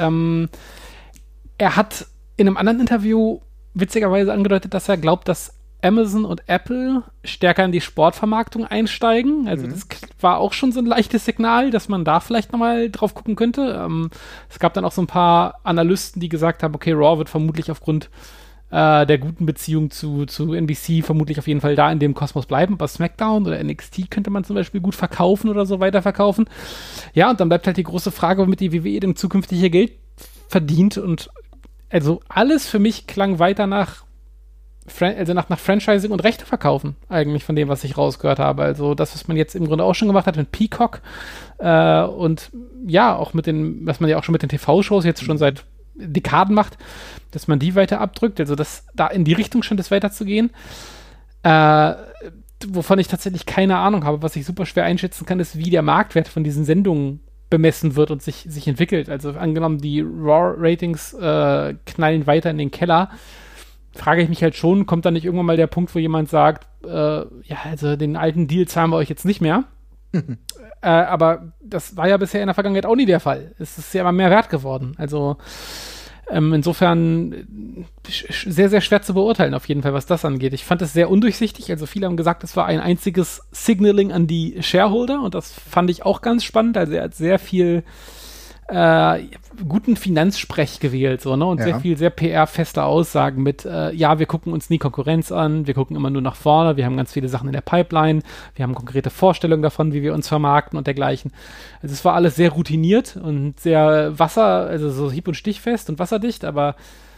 Er hat in einem anderen Interview witzigerweise angedeutet, dass er glaubt, dass Amazon und Apple stärker in die Sportvermarktung einsteigen. Also das war auch schon so ein leichtes Signal, dass man da vielleicht nochmal drauf gucken könnte. Es gab dann auch so ein paar Analysten, die gesagt haben, okay, Raw wird vermutlich aufgrund der guten Beziehung zu NBC vermutlich auf jeden Fall da in dem Kosmos bleiben. Aber SmackDown oder NXT könnte man zum Beispiel gut verkaufen oder so weiterverkaufen. Ja, und dann bleibt halt die große Frage, womit die WWE denn zukünftig ihr Geld verdient. Und also alles für mich klang weiter nach Franchising und Rechte verkaufen, eigentlich von dem, was ich rausgehört habe. Also das, was man jetzt im Grunde auch schon gemacht hat mit Peacock und ja, auch was man ja auch schon mit den TV-Shows jetzt schon seit Dekaden macht, dass man die weiter abdrückt, also dass da in die Richtung schon das weiterzugehen, wovon ich tatsächlich keine Ahnung habe. Was ich super schwer einschätzen kann, ist, wie der Marktwert von diesen Sendungen bemessen wird und sich entwickelt. Also angenommen, die Raw-Ratings knallen weiter in den Keller, frage ich mich halt schon, kommt da nicht irgendwann mal der Punkt, wo jemand sagt, ja, also den alten Deal zahlen wir euch jetzt nicht mehr. Aber das war ja bisher in der Vergangenheit auch nie der Fall. Es ist ja immer mehr wert geworden. Also Insofern sehr, sehr schwer zu beurteilen, auf jeden Fall, was das angeht. Ich fand es sehr undurchsichtig. Also viele haben gesagt, es war ein einziges Signaling an die Shareholder und das fand ich auch ganz spannend. Also er hat sehr viel guten Finanzsprech gewählt, so, ne? Und sehr PR-feste Aussagen mit, wir gucken uns nie Konkurrenz an, wir gucken immer nur nach vorne, wir haben ganz viele Sachen in der Pipeline, wir haben konkrete Vorstellungen davon, wie wir uns vermarkten und dergleichen. Also es war alles sehr routiniert und sehr also so hieb- und stichfest und wasserdicht, aber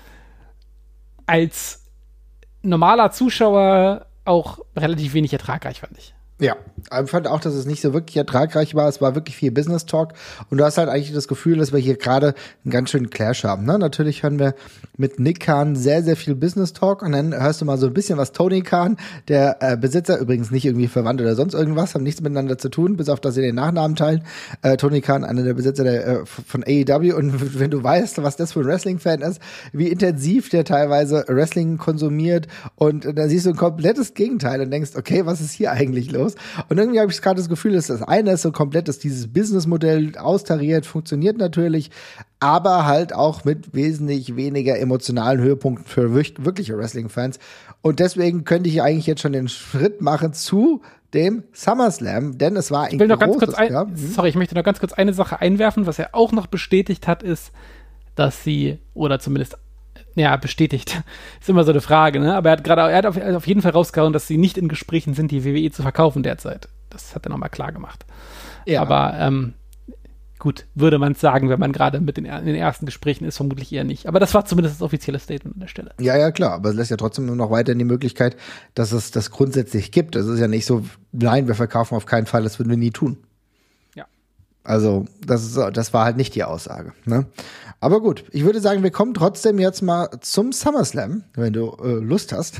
als normaler Zuschauer auch relativ wenig ertragreich, fand ich. Ja, ich fand auch, dass es nicht so wirklich ertragreich war. Es war wirklich viel Business Talk. Und du hast halt eigentlich das Gefühl, dass wir hier gerade einen ganz schönen Clash haben. Ne? Natürlich hören wir mit Nick Khan sehr, sehr viel Business Talk. Und dann hörst du mal so ein bisschen was Tony Khan, der Besitzer, übrigens nicht irgendwie verwandt oder sonst irgendwas, haben nichts miteinander zu tun, bis auf dass sie den Nachnamen teilen. Tony Khan, einer der Besitzer von AEW. Und wenn du weißt, was das für ein Wrestling-Fan ist, wie intensiv der teilweise Wrestling konsumiert. Und da siehst du ein komplettes Gegenteil und denkst, okay, was ist hier eigentlich los? Und irgendwie habe ich gerade das Gefühl, dass das eine ist so komplett, dass dieses Businessmodell austariert, funktioniert natürlich, aber halt auch mit wesentlich weniger emotionalen Höhepunkten für wirkliche Wrestling-Fans. Und deswegen könnte ich eigentlich jetzt schon den Schritt machen zu dem SummerSlam, denn es war ein großes. Ich möchte noch ganz kurz eine Sache einwerfen, was er auch noch bestätigt hat, ist, dass sie, oder zumindest bestätigt. Ist immer so eine Frage, ne? Aber er hat auf jeden Fall rausgehauen, dass sie nicht in Gesprächen sind, die WWE zu verkaufen derzeit. Das hat er nochmal klar gemacht. Ja. Aber gut, würde man es sagen, wenn man gerade in den ersten Gesprächen ist, vermutlich eher nicht. Aber das war zumindest das offizielle Statement an der Stelle. Ja, klar, aber es lässt ja trotzdem nur noch weiterhin die Möglichkeit, dass es das grundsätzlich gibt. Es ist ja nicht so, nein, wir verkaufen auf keinen Fall, das würden wir nie tun. Ja. Also, das war halt nicht die Aussage, ne? Aber gut, ich würde sagen, wir kommen trotzdem jetzt mal zum SummerSlam, wenn du Lust hast.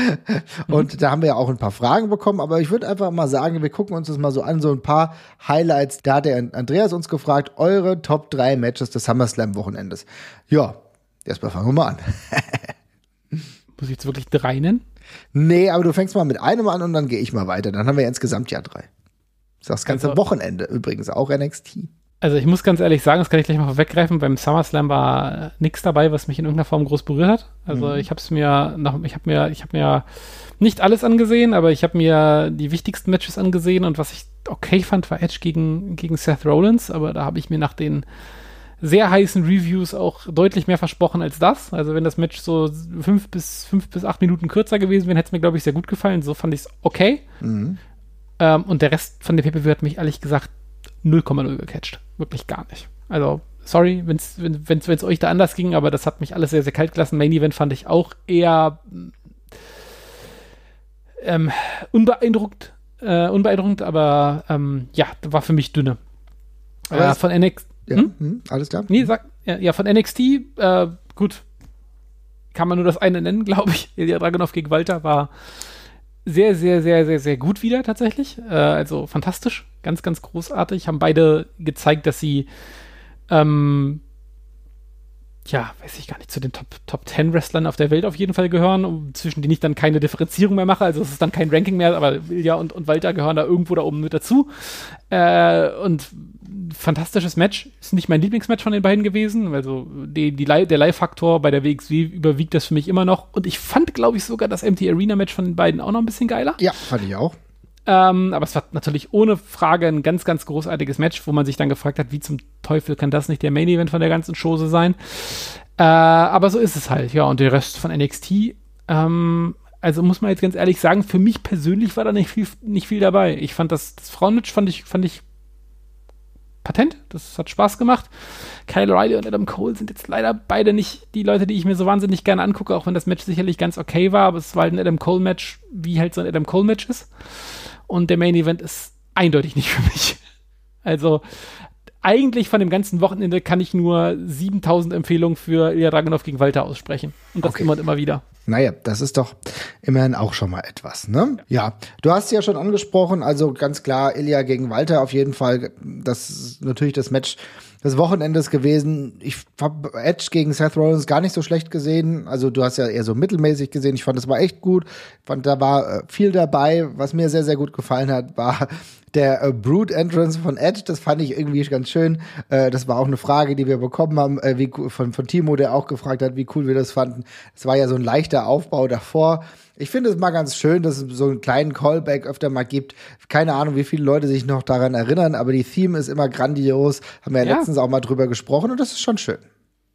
Und da haben wir ja auch ein paar Fragen bekommen, aber ich würde einfach mal sagen, wir gucken uns das mal so an, so ein paar Highlights. Da hat der Andreas uns gefragt, eure Top 3 Matches des SummerSlam-Wochenendes. Ja, erstmal fangen wir mal an. Muss ich jetzt wirklich 3 nennen? Nee, aber du fängst mal mit einem an und dann gehe ich mal weiter. Dann haben wir insgesamt ja 3. Das ganze Wochenende übrigens, auch NXT. Also ich muss ganz ehrlich sagen, das kann ich gleich mal vorweggreifen, beim SummerSlam war nichts dabei, was mich in irgendeiner Form groß berührt hat. Also ich habe mir nicht alles angesehen, aber ich habe mir die wichtigsten Matches angesehen und was ich okay fand, war Edge gegen Seth Rollins, aber da habe ich mir nach den sehr heißen Reviews auch deutlich mehr versprochen als das. Also wenn das Match so 5 bis 8 Minuten kürzer gewesen wäre, hätte es mir, glaube ich, sehr gut gefallen. So fand ich es okay. Und der Rest von der Pay-Per-View hat mich ehrlich gesagt 0,0 gecatcht. Wirklich gar nicht. Also, sorry, wenn's euch da anders ging, aber das hat mich alles sehr, sehr kalt gelassen. Main Event fand ich auch eher unbeeindruckend, aber war für mich dünne. Aber von NXT. Alles klar. Nee, von NXT, gut, kann man nur das eine nennen, glaube ich. Ilja Dragunov gegen Walter war sehr, sehr, sehr, sehr, sehr gut wieder tatsächlich. Also fantastisch, ganz, ganz großartig. Haben beide gezeigt, dass sie weiß ich gar nicht, zu den Top 10 Wrestlern auf der Welt auf jeden Fall gehören, zwischen denen ich dann keine Differenzierung mehr mache. Also es ist dann kein Ranking mehr, aber Ilja und Walter gehören da irgendwo da oben mit dazu. Und fantastisches Match. Ist nicht mein Lieblingsmatch von den beiden gewesen. Also der Live-Faktor bei der WXW überwiegt das für mich immer noch. Und ich fand, glaube ich, sogar das Empty Arena-Match von den beiden auch noch ein bisschen geiler. Ja, fand ich auch. Aber es war natürlich ohne Frage ein ganz, ganz großartiges Match, wo man sich dann gefragt hat, wie zum Teufel kann das nicht der Main-Event von der ganzen Chose sein? Aber so ist es halt, ja. Und der Rest von NXT, also muss man jetzt ganz ehrlich sagen, für mich persönlich war da nicht viel dabei. Ich fand das Frauenmatch fand ich patent, das hat Spaß gemacht. Kyle O'Reilly und Adam Cole sind jetzt leider beide nicht die Leute, die ich mir so wahnsinnig gerne angucke, auch wenn das Match sicherlich ganz okay war, aber es war halt ein Adam Cole-Match, wie halt so ein Adam Cole-Match ist. Und der Main-Event ist eindeutig nicht für mich. Also eigentlich von dem ganzen Wochenende kann ich nur 7000 Empfehlungen für Ilja Dragunov gegen Walter aussprechen. Und das immer und immer wieder. Naja, das ist doch immerhin auch schon mal etwas, ne? Ja, du hast ja schon angesprochen, also ganz klar Ilja gegen Walter auf jeden Fall. Das ist natürlich das Match, des Wochenendes gewesen. Ich habe Edge gegen Seth Rollins gar nicht so schlecht gesehen. Also du hast ja eher so mittelmäßig gesehen. Ich fand, das war echt gut. Ich fand, da war viel dabei. Was mir sehr, sehr gut gefallen hat, war der Brute Entrance von Edge. Das fand ich irgendwie ganz schön. Das war auch eine Frage, die wir bekommen haben, von Timo, der auch gefragt hat, wie cool wir das fanden. Es war ja so ein leichter Aufbau davor. Ich finde es mal ganz schön, dass es so einen kleinen Callback öfter mal gibt. Keine Ahnung, wie viele Leute sich noch daran erinnern, aber die Theme ist immer grandios. Haben wir ja letztens auch mal drüber gesprochen und das ist schon schön.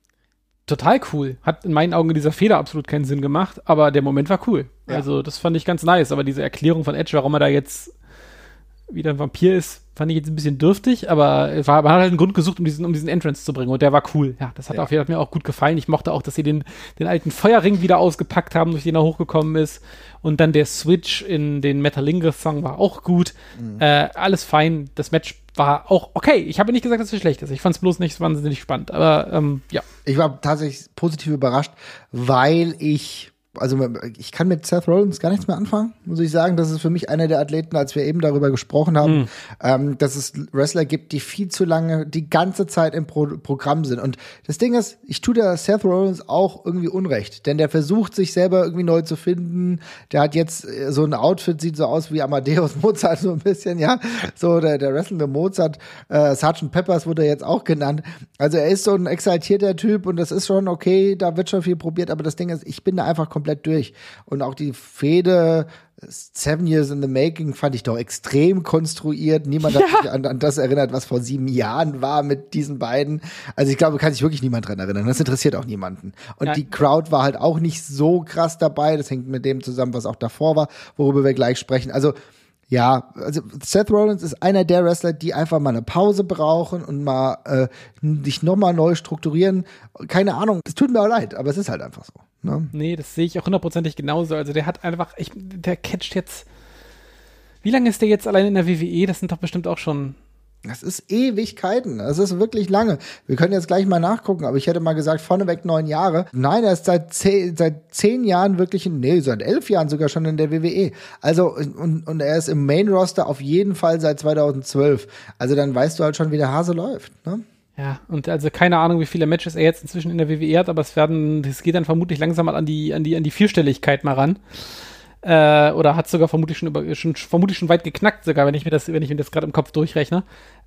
Total cool. Hat in meinen Augen in dieser Feder absolut keinen Sinn gemacht, aber der Moment war cool. Ja. Also das fand ich ganz nice. Aber diese Erklärung von Edge, warum er da jetzt wieder ein Vampir ist, fand ich jetzt ein bisschen dürftig, aber man hat halt einen Grund gesucht, um diesen Entrance zu bringen und der war cool. Ja, das hat mir auch gut gefallen. Ich mochte auch, dass sie den alten Feuerring wieder ausgepackt haben, durch den er hochgekommen ist und dann der Switch in den Metalingus-Song war auch gut. Alles fein. Das Match war auch okay. Ich habe nicht gesagt, dass es schlecht ist. Ich fand es bloß nicht wahnsinnig spannend, aber ja. Ich war tatsächlich positiv überrascht, weil ich kann mit Seth Rollins gar nichts mehr anfangen, muss ich sagen. Das ist für mich einer der Athleten, als wir eben darüber gesprochen haben, dass es Wrestler gibt, die viel zu lange die ganze Zeit im Programm sind. Und das Ding ist, ich tue der Seth Rollins auch irgendwie Unrecht, denn der versucht, sich selber irgendwie neu zu finden. Der hat jetzt so ein Outfit, sieht so aus wie Amadeus Mozart so ein bisschen, ja. So der wrestlende Mozart, Sgt. Peppers wurde jetzt auch genannt. Also er ist so ein exaltierter Typ und das ist schon okay, da wird schon viel probiert, aber das Ding ist, ich bin da einfach komplett durch. Und auch die Fehde 7 Years in the Making fand ich doch extrem konstruiert. Niemand hat sich an das erinnert, was vor 7 Jahren war mit diesen beiden. Also ich glaube, kann sich wirklich niemand dran erinnern. Das interessiert auch niemanden. Und die Crowd war halt auch nicht so krass dabei. Das hängt mit dem zusammen, was auch davor war, worüber wir gleich sprechen. Also ja, also Seth Rollins ist einer der Wrestler, die einfach mal eine Pause brauchen und mal sich nochmal neu strukturieren. Keine Ahnung, es tut mir auch leid, aber es ist halt einfach so. Ne? Nee, das sehe ich auch 100%ig genauso. Also der hat einfach, der catcht jetzt, wie lange ist der jetzt allein in der WWE? Das sind doch bestimmt auch schon... Das ist Ewigkeiten. Das ist wirklich lange. Wir können jetzt gleich mal nachgucken, aber ich hätte mal gesagt, vorneweg 9 Jahre. Nein, er ist seit 10 Jahren wirklich, seit 11 Jahren sogar schon in der WWE. Also, und er ist im Main-Roster auf jeden Fall seit 2012. Also dann weißt du halt schon, wie der Hase läuft, ne? Ja, und also keine Ahnung, wie viele Matches er jetzt inzwischen in der WWE hat, aber es geht dann vermutlich langsam mal an die Vierstelligkeit mal ran. Oder hat sogar vermutlich schon weit geknackt, sogar, wenn ich mir das gerade im Kopf durchrechne.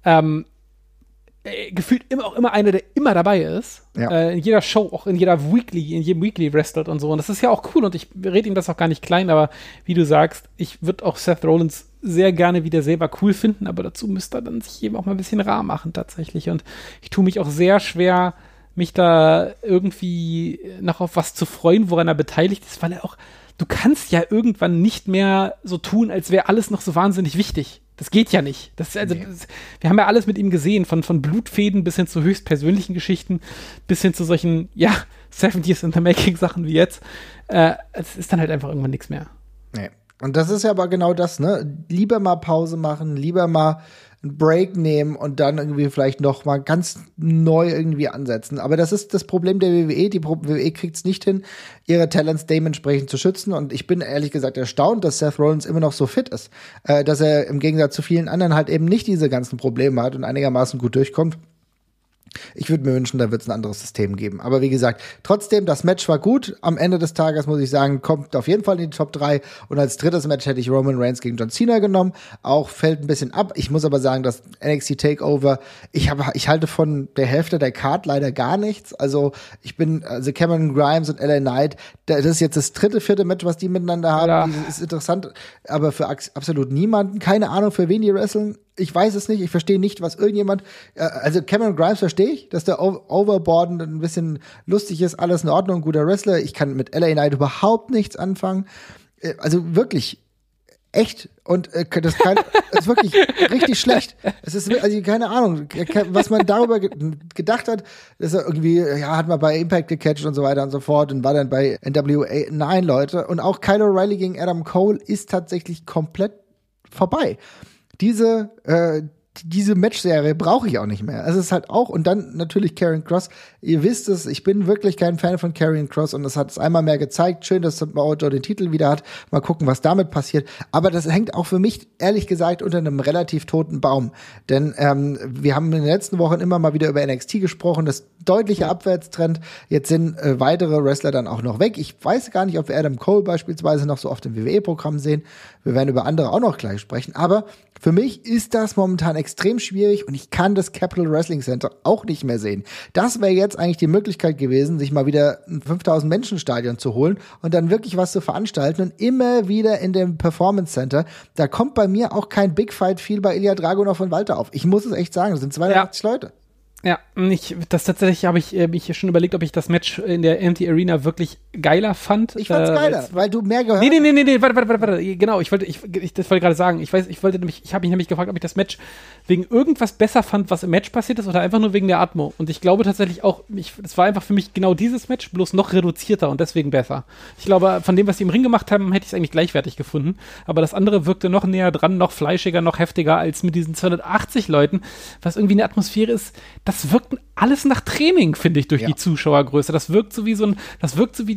Gefühlt immer einer, der immer dabei ist. Ja. In jeder Show, auch in jedem Weekly wrestelt und so. Und das ist ja auch cool und ich rede ihm das auch gar nicht klein, aber wie du sagst, ich würde auch Seth Rollins sehr gerne wieder selber cool finden, aber dazu müsste er dann sich eben auch mal ein bisschen rar machen tatsächlich. Und ich tue mich auch sehr schwer, mich da irgendwie noch auf was zu freuen, woran er beteiligt ist, weil er auch du kannst ja irgendwann nicht mehr so tun, als wäre alles noch so wahnsinnig wichtig. Das geht ja nicht. Wir haben ja alles mit ihm gesehen, von Blutfäden bis hin zu höchst persönlichen Geschichten, bis hin zu solchen, 7 Years in the Making Sachen wie jetzt. Es ist dann halt einfach irgendwann nichts mehr. Nee. Und das ist ja aber genau das, ne? Lieber mal Pause machen, lieber mal einen Break nehmen und dann irgendwie vielleicht noch mal ganz neu irgendwie ansetzen. Aber das ist das Problem der WWE. Die WWE kriegt es nicht hin, ihre Talents dementsprechend zu schützen. Und ich bin ehrlich gesagt erstaunt, dass Seth Rollins immer noch so fit ist. Dass er im Gegensatz zu vielen anderen halt eben nicht diese ganzen Probleme hat und einigermaßen gut durchkommt. Ich würde mir wünschen, da wird es ein anderes System geben. Aber wie gesagt, trotzdem, das Match war gut. Am Ende des Tages, muss ich sagen, kommt auf jeden Fall in die Top 3. Und als drittes Match hätte ich Roman Reigns gegen John Cena genommen. Auch fällt ein bisschen ab. Ich muss aber sagen, das NXT Takeover, ich halte von der Hälfte der Card leider gar nichts. Also Cameron Grimes und LA Knight, das ist jetzt das 3., 4. Match, was die miteinander haben. Das ist interessant, aber für absolut niemanden. Keine Ahnung, für wen die wresteln. Ich weiß es nicht, ich verstehe nicht, was irgendjemand, also Cameron Grimes verstehe ich, dass der overbordend ein bisschen lustig ist, alles in Ordnung, guter Wrestler. Ich kann mit LA Knight überhaupt nichts anfangen. Also wirklich, echt. Und das ist wirklich richtig schlecht. Es ist, also keine Ahnung, was man darüber gedacht hat, dass er irgendwie, hat man bei Impact gecatcht und so weiter und so fort und war dann bei NWA. Nein, Leute. Und auch Kyle O'Reilly gegen Adam Cole ist tatsächlich komplett vorbei. Diese diese Matchserie brauche ich auch nicht mehr. Es ist halt auch, und dann natürlich Karrion Kross. Ihr wisst es, ich bin wirklich kein Fan von Karrion Kross und es hat es einmal mehr gezeigt. Schön, dass Auto den Titel wieder hat. Mal gucken, was damit passiert. Aber das hängt auch für mich, ehrlich gesagt, unter einem relativ toten Baum. Denn wir haben in den letzten Wochen immer mal wieder über NXT gesprochen. Das deutliche Abwärtstrend. Jetzt sind weitere Wrestler dann auch noch weg. Ich weiß gar nicht, ob wir Adam Cole beispielsweise noch so oft im WWE-Programm sehen. Wir werden über andere auch noch gleich sprechen. Aber für mich ist das momentan extrem schwierig und ich kann das Capital Wrestling Center auch nicht mehr sehen. Das wäre jetzt eigentlich die Möglichkeit gewesen, sich mal wieder ein 5000-Menschen-Stadion zu holen und dann wirklich was zu veranstalten und immer wieder in dem Performance Center. Da kommt bei mir auch kein Big Fight viel bei Ilya Dragunov und Walter auf. Ich muss es echt sagen, das sind 280 Leute. Ja, tatsächlich habe ich mich schon überlegt, ob ich das Match in der Empty Arena wirklich geiler fand. Ich fand's geiler, weil du mehr gehört hast. Nee, warte. Genau, das wollte gerade sagen. Ich habe mich nämlich gefragt, ob ich das Match wegen irgendwas besser fand, was im Match passiert ist, oder einfach nur wegen der Atmo. Und ich glaube tatsächlich auch, es war einfach für mich genau dieses Match, bloß noch reduzierter und deswegen besser. Ich glaube, von dem, was sie im Ring gemacht haben, hätte ich es eigentlich gleichwertig gefunden. Aber das andere wirkte noch näher dran, noch fleischiger, noch heftiger als mit diesen 280 Leuten, was irgendwie eine Atmosphäre ist. Das wirkt alles nach Training, finde ich, durch die Zuschauergröße. Das wirkt so wie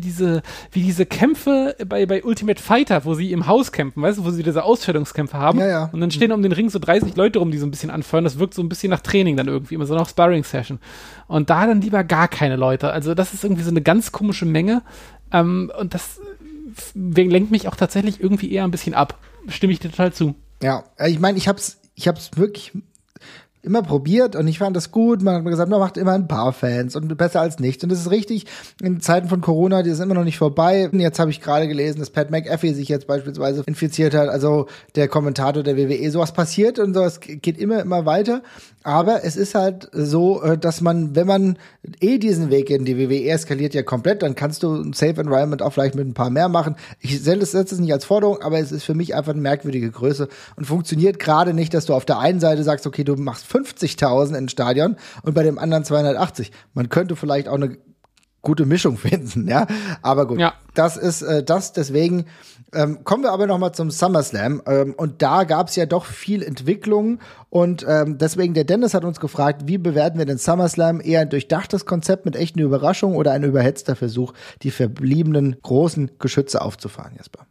diese Kämpfe bei Ultimate Fighter, wo sie im Haus kämpfen, weißt du, wo sie diese Ausstellungskämpfe haben. Ja. Und dann stehen um den Ring so 30 Leute rum, die so ein bisschen anfeuern. Das wirkt so ein bisschen nach Training dann irgendwie, immer so nach Sparring-Session. Und da dann lieber gar keine Leute. Also das ist irgendwie so eine ganz komische Menge. Und das lenkt mich auch tatsächlich irgendwie eher ein bisschen ab. Stimme ich dir total zu. Ja, ich meine, ich hab's wirklich immer probiert und ich fand das gut. Man hat mir gesagt, man macht immer ein paar Fans und besser als nichts. Und das ist richtig, in Zeiten von Corona, die ist immer noch nicht vorbei. Und jetzt habe ich gerade gelesen, dass Pat McAfee sich jetzt beispielsweise infiziert hat, also der Kommentator der WWE. Sowas passiert und sowas geht immer weiter. Aber es ist halt so, dass man, wenn man diesen Weg in die WWE eskaliert ja komplett, dann kannst du ein Safe Environment auch vielleicht mit ein paar mehr machen. Ich setze es nicht als Forderung, aber es ist für mich einfach eine merkwürdige Größe und funktioniert gerade nicht, dass du auf der einen Seite sagst, okay, du machst 50.000 in Stadion und bei dem anderen 280. Man könnte vielleicht auch eine gute Mischung finden, ja. Aber gut, das ist das. Deswegen kommen wir aber noch mal zum SummerSlam. Und da gab es ja doch viel Entwicklung. Und deswegen, der Dennis hat uns gefragt, wie bewerten wir den SummerSlam? Eher ein durchdachtes Konzept mit echten Überraschungen oder ein überhetzter Versuch, die verbliebenen großen Geschütze aufzufahren, Jesper?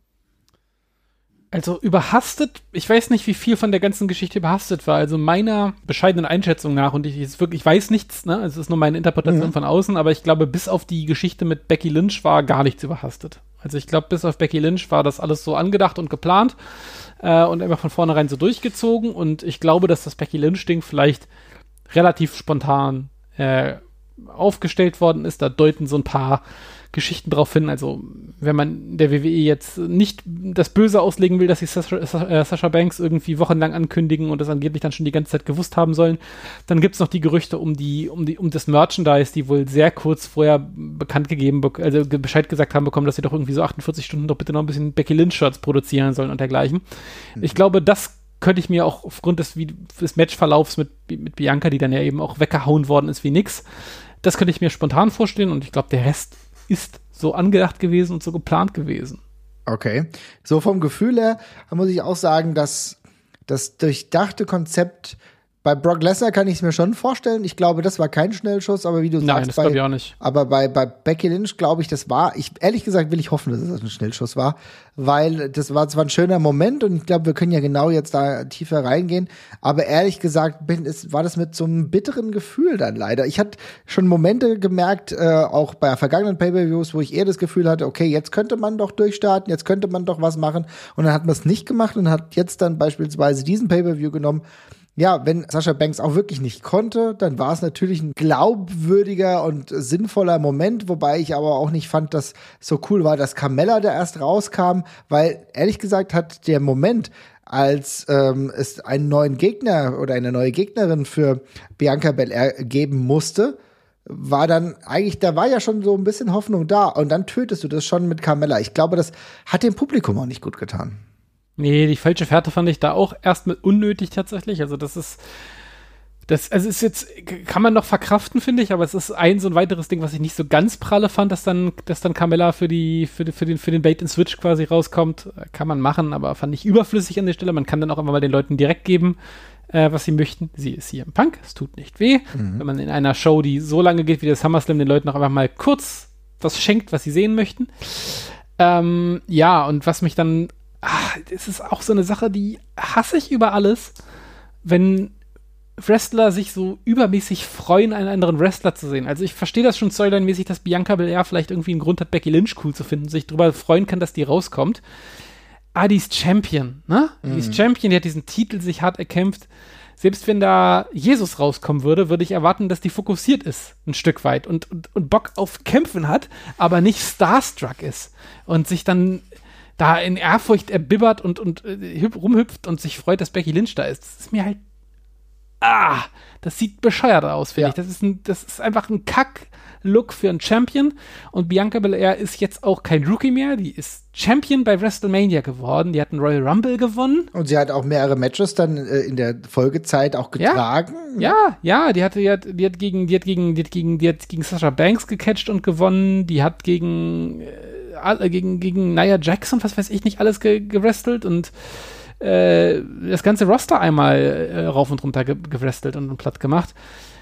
Also überhastet, ich weiß nicht, wie viel von der ganzen Geschichte überhastet war. Also meiner bescheidenen Einschätzung nach, und ich weiß nichts, ne? Es ist nur meine Interpretation von außen, aber ich glaube, bis auf die Geschichte mit Becky Lynch war gar nichts überhastet. Also ich glaube, bis auf Becky Lynch war das alles so angedacht und geplant und immer von vornherein so durchgezogen. Und ich glaube, dass das Becky Lynch-Ding vielleicht relativ spontan aufgestellt worden ist. Da deuten so ein paar Geschichten drauf hin. Also wenn man der WWE jetzt nicht das Böse auslegen will, dass sie Sasha Banks irgendwie wochenlang ankündigen und das angeblich dann schon die ganze Zeit gewusst haben sollen, dann gibt's noch die Gerüchte um das Merchandise, die wohl sehr kurz vorher Bescheid gesagt haben bekommen, dass sie doch irgendwie so 48 Stunden doch bitte noch ein bisschen Becky Lynch-Shirts produzieren sollen und dergleichen. Ich glaube, das könnte ich mir auch aufgrund des Matchverlaufs mit Bianca, die dann ja eben auch weggehauen worden ist wie nix, das könnte ich mir spontan vorstellen und ich glaube, der Rest ist so angedacht gewesen und so geplant gewesen. Okay. So vom Gefühl her muss ich auch sagen, dass das durchdachte Konzept bei Brock Lesnar kann ich es mir schon vorstellen. Ich glaube, das war kein Schnellschuss, aber wie du sagst, nein, das glaube ich auch nicht. Aber bei Becky Lynch glaube ich, ehrlich gesagt will ich hoffen, dass es ein Schnellschuss war, weil das war zwar ein schöner Moment und ich glaube, wir können ja genau jetzt da tiefer reingehen, aber ehrlich gesagt war das mit so einem bitteren Gefühl dann leider. Ich hatte schon Momente gemerkt, auch bei vergangenen Pay-Per-Views, wo ich eher das Gefühl hatte, okay, jetzt könnte man doch durchstarten, jetzt könnte man doch was machen und dann hat man es nicht gemacht und hat jetzt dann beispielsweise diesen Pay-Per-View genommen. Ja, wenn Sasha Banks auch wirklich nicht konnte, dann war es natürlich ein glaubwürdiger und sinnvoller Moment, wobei ich aber auch nicht fand, dass so cool war, dass Carmella da erst rauskam, weil ehrlich gesagt hat der Moment, als es einen neuen Gegner oder eine neue Gegnerin für Bianca Belair geben musste, war dann eigentlich, da war ja schon so ein bisschen Hoffnung da und dann tötest du das schon mit Carmella. Ich glaube, das hat dem Publikum auch nicht gut getan. Nee, die falsche Fährte fand ich da auch erst mit unnötig tatsächlich. Also das ist Das, also ist jetzt, kann man noch verkraften, finde ich, aber es ist so ein weiteres Ding, was ich nicht so ganz pralle fand, dass dann Carmella für den Bait-and-Switch quasi rauskommt. Kann man machen, aber fand ich überflüssig an der Stelle. Man kann dann auch immer mal den Leuten direkt geben, was sie möchten. Sie ist hier im Punk, es tut nicht weh. Wenn man in einer Show, die so lange geht wie der SummerSlam, den Leuten auch einfach mal kurz was schenkt, was sie sehen möchten. Ja, und was mich dann, das ist auch so eine Sache, die hasse ich über alles, wenn Wrestler sich so übermäßig freuen, einen anderen Wrestler zu sehen. Also ich verstehe das schon storyline-mäßig, dass Bianca Belair vielleicht irgendwie einen Grund hat, Becky Lynch cool zu finden, sich darüber freuen kann, dass die rauskommt. Die ist Champion, ne? Die ist Champion, die hat diesen Titel sich hart erkämpft. Selbst wenn da Jesus rauskommen würde, würde ich erwarten, dass die fokussiert ist, ein Stück weit und Bock auf Kämpfen hat, aber nicht starstruck ist und sich dann da in Ehrfurcht erbibbert und rumhüpft und sich freut, dass Becky Lynch da ist. Das ist mir halt das sieht bescheuert aus, finde ich. Das ist einfach ein Kack-Look für einen Champion. Und Bianca Belair ist jetzt auch kein Rookie mehr. Die ist Champion bei WrestleMania geworden. Die hat einen Royal Rumble gewonnen. Und sie hat auch mehrere Matches dann in der Folgezeit auch getragen. Ja, die hat gegen Sasha Banks gecatcht und gewonnen. Die hat gegen Nia Jackson, was weiß ich nicht, alles gewrestelt und das ganze Roster einmal rauf und runter gewrestelt und platt gemacht.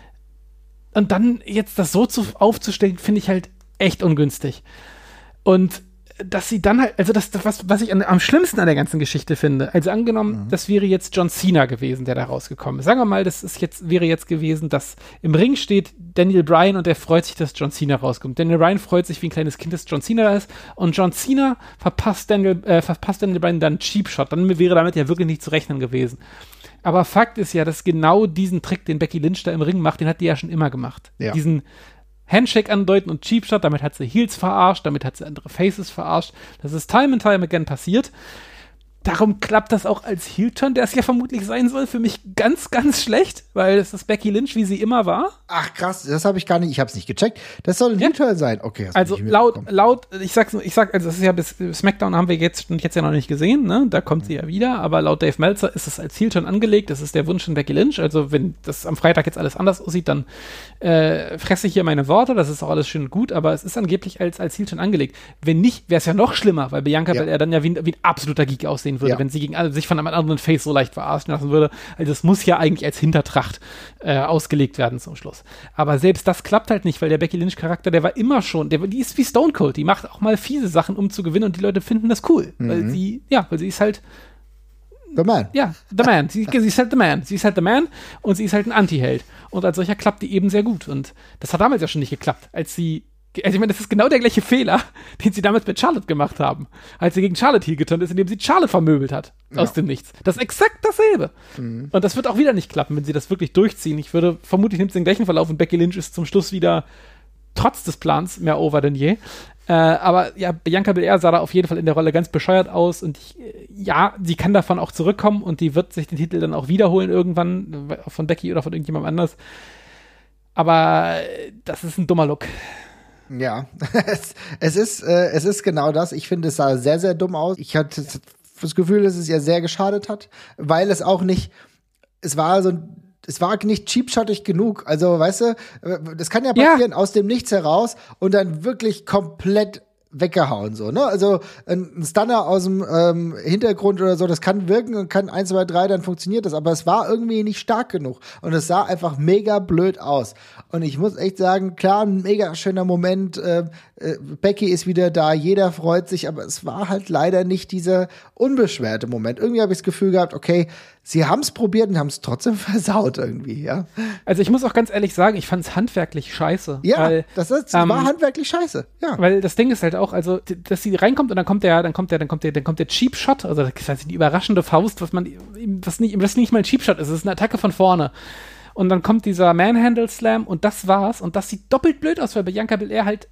Und dann jetzt das so aufzustellen, finde ich halt echt ungünstig. Und dass sie dann halt, also das was ich am schlimmsten an der ganzen Geschichte finde, also angenommen, das wäre jetzt John Cena gewesen, der da rausgekommen ist. Sagen wir mal, wäre jetzt gewesen, dass im Ring steht Daniel Bryan und er freut sich, dass John Cena rauskommt. Daniel Bryan freut sich wie ein kleines Kind, dass John Cena da ist und John Cena verpasst Daniel Bryan dann Cheap Shot. Dann wäre damit ja wirklich nicht zu rechnen gewesen. Aber Fakt ist ja, dass genau diesen Trick, den Becky Lynch da im Ring macht, den hat die ja schon immer gemacht. Ja. Diesen Handshake andeuten und Cheap Shot, damit hat sie Heels verarscht, damit hat sie andere Faces verarscht. Das ist time and time again passiert. Darum klappt das auch als Heel-Turn, der es ja vermutlich sein soll, für mich ganz, ganz schlecht, weil es ist Becky Lynch, wie sie immer war. Ach krass, das habe ich gar nicht, ich habe es nicht gecheckt. Das soll ein Heel-Turn sein. Okay. Also laut, also das ist ja bis SmackDown haben wir jetzt ja noch nicht gesehen, ne? Da kommt sie ja wieder, aber laut Dave Meltzer ist es als Heel-Turn angelegt, das ist der Wunsch von Becky Lynch, also wenn das am Freitag jetzt alles anders aussieht, dann fresse ich hier meine Worte, das ist auch alles schön gut, aber es ist angeblich als Heel-Turn angelegt. Wenn nicht, wäre es ja noch schlimmer, weil Bianca Belair dann ja wie ein absoluter Geek aussehen würde, wenn sie sich von einem anderen Face so leicht verarschen lassen würde. Also das muss ja eigentlich als Hintertracht ausgelegt werden zum Schluss. Aber selbst das klappt halt nicht, weil der Becky Lynch-Charakter, der war immer schon, die ist wie Stone Cold, die macht auch mal fiese Sachen, um zu gewinnen und die Leute finden das cool. Weil sie ist halt The Man. Ja, The Man. Sie ist halt The Man. Sie ist halt The Man und sie ist halt ein Anti-Held. Und als solcher klappt die eben sehr gut. Und das hat damals ja schon nicht geklappt, also ich meine, das ist genau der gleiche Fehler, den sie damals mit Charlotte gemacht haben, als sie gegen Charlotte Heel geturnt ist, indem sie Charlotte vermöbelt hat, aus dem Nichts. Das ist exakt dasselbe. Und das wird auch wieder nicht klappen, wenn sie das wirklich durchziehen. Ich würde vermutlich nimmt sie den gleichen Verlauf und Becky Lynch ist zum Schluss wieder trotz des Plans mehr over denn je. Aber ja, Bianca Belair sah da auf jeden Fall in der Rolle ganz bescheuert aus und sie kann davon auch zurückkommen und die wird sich den Titel dann auch wiederholen irgendwann, von Becky oder von irgendjemandem anders. Aber das ist ein dummer Look. Ja, es ist genau das. Ich finde, es sah sehr, sehr dumm aus. Ich hatte das Gefühl, dass es ihr sehr geschadet hat, weil es auch nicht, es war nicht cheapshottig genug. Also, weißt du, das kann ja passieren aus dem Nichts heraus und dann wirklich komplett weggehauen, so, ne? Also ein Stunner aus dem Hintergrund oder so, das kann wirken und kann 1, 2, 3, dann funktioniert das, aber es war irgendwie nicht stark genug und es sah einfach mega blöd aus. Und ich muss echt sagen, klar, ein mega schöner Moment, Becky ist wieder da, jeder freut sich, aber es war halt leider nicht dieser unbeschwerte Moment. Irgendwie habe ich das Gefühl gehabt, okay, sie haben es probiert und haben es trotzdem versaut irgendwie, ja. Also ich muss auch ganz ehrlich sagen, ich fand es handwerklich scheiße. Ja, weil, das war handwerklich scheiße, ja. Weil das Ding ist halt auch, also, dass sie reinkommt und dann kommt der Cheap Shot, also das heißt die überraschende Faust, was nicht mal ein Cheap Shot ist, es ist eine Attacke von vorne. Und dann kommt dieser Manhandle Slam und das war's und das sieht doppelt blöd aus, weil Bianca Belair halt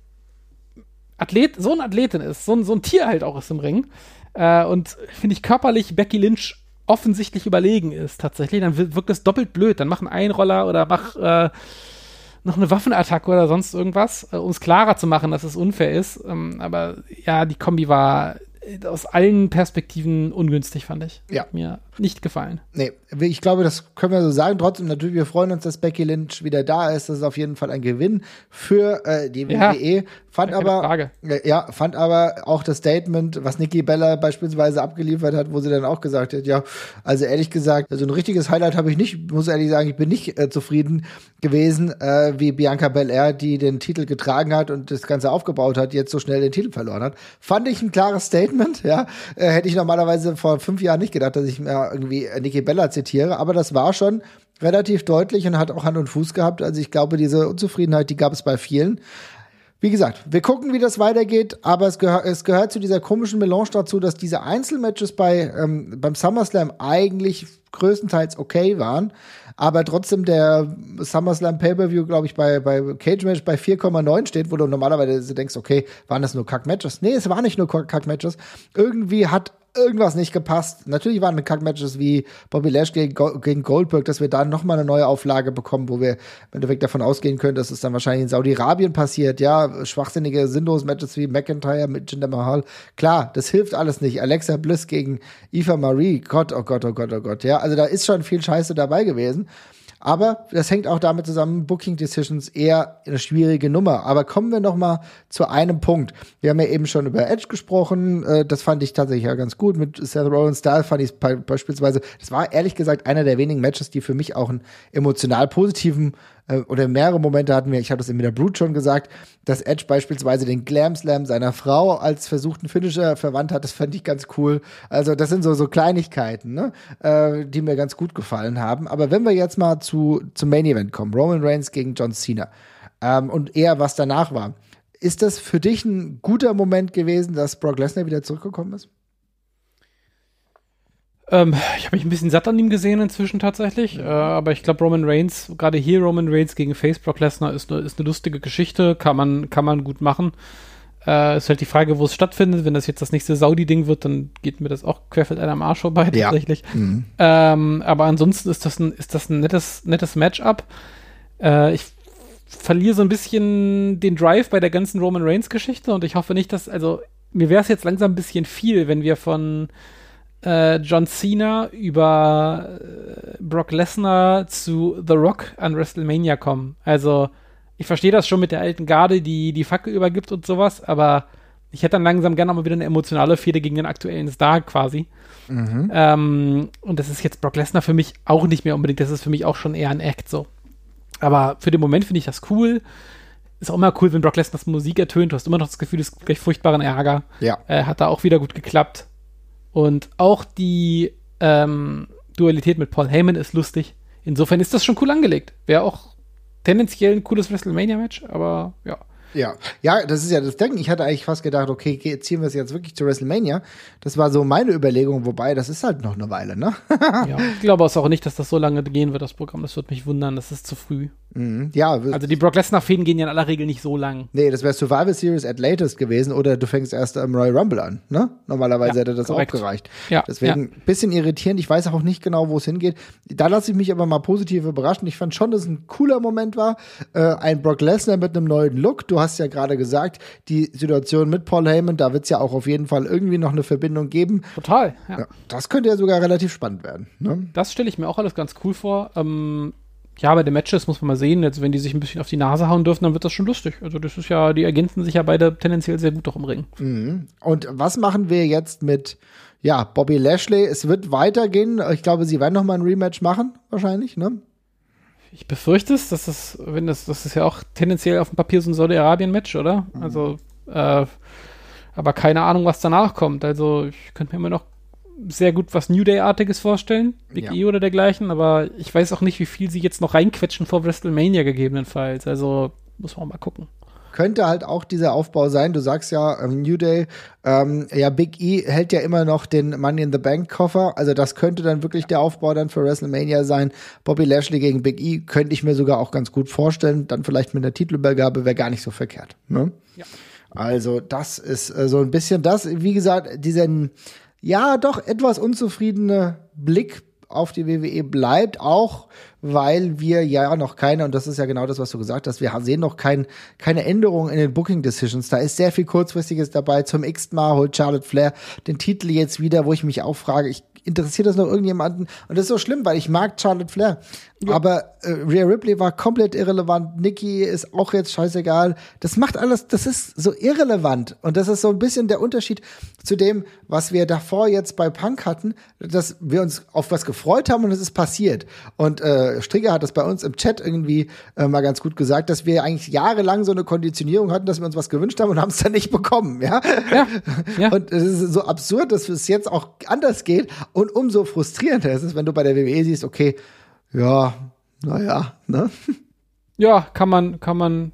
so eine Athletin ist, so ein Tier halt auch ist im Ring. Und finde ich körperlich Becky Lynch offensichtlich überlegen ist tatsächlich, dann wirkt das doppelt blöd. Dann mach einen Einroller oder mach noch eine Waffenattacke oder sonst irgendwas, um es klarer zu machen, dass es unfair ist. Aber ja, die Kombi war aus allen Perspektiven ungünstig, fand ich. Ja. Hat mir nicht gefallen. Nee, ich glaube, das können wir so sagen. Trotzdem, natürlich, wir freuen uns, dass Becky Lynch wieder da ist. Das ist auf jeden Fall ein Gewinn für die WWE. Fand aber auch das Statement, was Nikki Bella beispielsweise abgeliefert hat, wo sie dann auch gesagt hat, ja, also ehrlich gesagt, also ein richtiges Highlight habe ich nicht, muss ehrlich sagen, ich bin nicht zufrieden gewesen, wie Bianca Belair, die den Titel getragen hat und das Ganze aufgebaut hat, jetzt so schnell den Titel verloren hat. Fand ich ein klares Statement, ja. Hätte ich normalerweise vor 5 Jahren nicht gedacht, dass ich mir irgendwie Nikki Bella zitiere, aber das war schon relativ deutlich und hat auch Hand und Fuß gehabt. Also ich glaube, diese Unzufriedenheit, die gab es bei vielen. Wie gesagt, wir gucken, wie das weitergeht, aber es gehört zu dieser komischen Melange dazu, dass diese Einzelmatches beim SummerSlam eigentlich größtenteils okay waren, aber trotzdem der SummerSlam Pay-Per-View, glaube ich, bei Cage Match bei 4,9 steht, wo du normalerweise denkst, okay, waren das nur Kack-Matches? Nee, es waren nicht nur Kack-Matches. Irgendwie hat irgendwas nicht gepasst. Natürlich waren Kack-Matches wie Bobby Lashley gegen Goldberg, dass wir da nochmal eine neue Auflage bekommen, wo wir im Endeffekt davon ausgehen können, dass es dann wahrscheinlich in Saudi-Arabien passiert. Ja, schwachsinnige, sinnlose Matches wie McIntyre mit Jinder Mahal. Klar, das hilft alles nicht. Alexa Bliss gegen Eva Marie. Gott, oh Gott, oh Gott, oh Gott. Ja, also da ist schon viel Scheiße dabei gewesen. Aber das hängt auch damit zusammen, Booking Decisions eher eine schwierige Nummer. Aber kommen wir noch mal zu einem Punkt. Wir haben ja eben schon über Edge gesprochen. Das fand ich tatsächlich ja ganz gut. Mit Seth Rollins Style fand ich beispielsweise, das war ehrlich gesagt einer der wenigen Matches, die für mich auch einen emotional positiven oder mehrere Momente hatten wir, ich habe das in der Brute schon gesagt, dass Edge beispielsweise den Glam Slam seiner Frau als versuchten Finisher verwandt hat, das fand ich ganz cool. Also das sind so Kleinigkeiten, ne, die mir ganz gut gefallen haben. Aber wenn wir jetzt mal zum Main Event kommen, Roman Reigns gegen John Cena und eher was danach war, ist das für dich ein guter Moment gewesen, dass Brock Lesnar wieder zurückgekommen ist? Ich habe mich ein bisschen satt an ihm gesehen inzwischen tatsächlich, aber ich glaube Roman Reigns, gerade hier Roman Reigns gegen Face Brock Lesnar ist eine lustige Geschichte, kann man gut machen. Ist halt die Frage, wo es stattfindet. Wenn das jetzt das nächste Saudi-Ding wird, dann geht mir das auch querfeld einer am Arsch vorbei tatsächlich. Ja. Aber ansonsten ist das ein nettes Matchup. Ich verliere so ein bisschen den Drive bei der ganzen Roman Reigns-Geschichte und ich hoffe nicht, also mir wäre es jetzt langsam ein bisschen viel, wenn wir von John Cena über Brock Lesnar zu The Rock an WrestleMania kommen. Also, ich verstehe das schon mit der alten Garde, die Fackel übergibt und sowas, aber ich hätte dann langsam gerne mal wieder eine emotionale Fehde gegen den aktuellen Star quasi. Und das ist jetzt Brock Lesnar für mich auch nicht mehr unbedingt, das ist für mich auch schon eher ein Act so. Aber für den Moment finde ich das cool. Ist auch immer cool, wenn Brock Lesnars Musik ertönt. Du hast immer noch das Gefühl, es gibt gleich furchtbaren Ärger. Ja. Hat da auch wieder gut geklappt. Und auch die Dualität mit Paul Heyman ist lustig. Insofern ist das schon cool angelegt. Wäre auch tendenziell ein cooles WrestleMania-Match, aber ja. Ja, das ist ja das Denken. Ich hatte eigentlich fast gedacht, okay, ziehen wir es jetzt wirklich zu WrestleMania. Das war so meine Überlegung, wobei, das ist halt noch eine Weile, ne? Ja, ich glaube auch nicht, dass das so lange gehen wird, das Programm. Das wird mich wundern, das ist zu früh. Ja. Also die Brock Lesnar-Fäden gehen ja in aller Regel nicht so lang. Nee, das wäre Survivor Series at latest gewesen oder du fängst erst am Royal Rumble an, ne? Normalerweise hätte das korrekt. Auch gereicht. Ja, deswegen bisschen irritierend. Ich weiß auch nicht genau, wo es hingeht. Da lasse ich mich aber mal positiv überraschen. Ich fand schon, dass es ein cooler Moment war. Ein Brock Lesnar mit einem neuen Look. Du hast ja gerade gesagt, die Situation mit Paul Heyman, da wird es ja auch auf jeden Fall irgendwie noch eine Verbindung geben. Total, ja. Das könnte ja sogar relativ spannend werden, ne? Das stelle ich mir auch alles ganz cool vor. Ja, bei den Matches muss man mal sehen, jetzt wenn die sich ein bisschen auf die Nase hauen dürfen, dann wird das schon lustig. Also das ist ja, die ergänzen sich ja beide tendenziell sehr gut doch im Ring. Und was machen wir jetzt mit, Bobby Lashley? Es wird weitergehen. Ich glaube, sie werden noch mal ein Rematch machen, wahrscheinlich, ne? Ich befürchte es, das ist ja auch tendenziell auf dem Papier so ein Saudi-Arabien-Match, oder? Also, aber keine Ahnung, was danach kommt. Also ich könnte mir immer noch sehr gut was New Day-artiges vorstellen, Big E oder dergleichen, aber ich weiß auch nicht, wie viel sie jetzt noch reinquetschen vor WrestleMania gegebenenfalls. Also muss man auch mal gucken. Könnte halt auch dieser Aufbau sein. Du sagst ja, New Day, Big E hält ja immer noch den Money in the Bank Koffer. Also das könnte dann wirklich der Aufbau dann für WrestleMania sein. Bobby Lashley gegen Big E könnte ich mir sogar auch ganz gut vorstellen. Dann vielleicht mit einer Titelübergabe wäre gar nicht so verkehrt. Ne? Ja. Also das ist so ein bisschen das. Wie gesagt, diesen doch etwas unzufriedene Blick auf die WWE bleibt, auch weil wir ja noch keine, und das ist ja genau das, was du gesagt hast, wir sehen noch keine Änderungen in den Booking Decisions. Da ist sehr viel Kurzfristiges dabei. Zum x-ten Mal holt Charlotte Flair den Titel jetzt wieder, wo ich mich auch frage, interessiert das noch irgendjemanden? Und das ist so schlimm, weil ich mag Charlotte Flair. Ja. Aber Rhea Ripley war komplett irrelevant. Nikki ist auch jetzt scheißegal. Das macht alles, das ist so irrelevant. Und das ist so ein bisschen der Unterschied zu dem, was wir davor jetzt bei Punk hatten, dass wir uns auf was gefreut haben und es ist passiert. Und Strigger hat das bei uns im Chat irgendwie mal ganz gut gesagt, dass wir eigentlich jahrelang so eine Konditionierung hatten, dass wir uns was gewünscht haben und haben es dann nicht bekommen. Ja? Ja. Und es ist so absurd, dass es jetzt auch anders geht. Und umso frustrierender ist es, wenn du bei der WWE siehst, okay, ja, naja, ne? Ja, kann man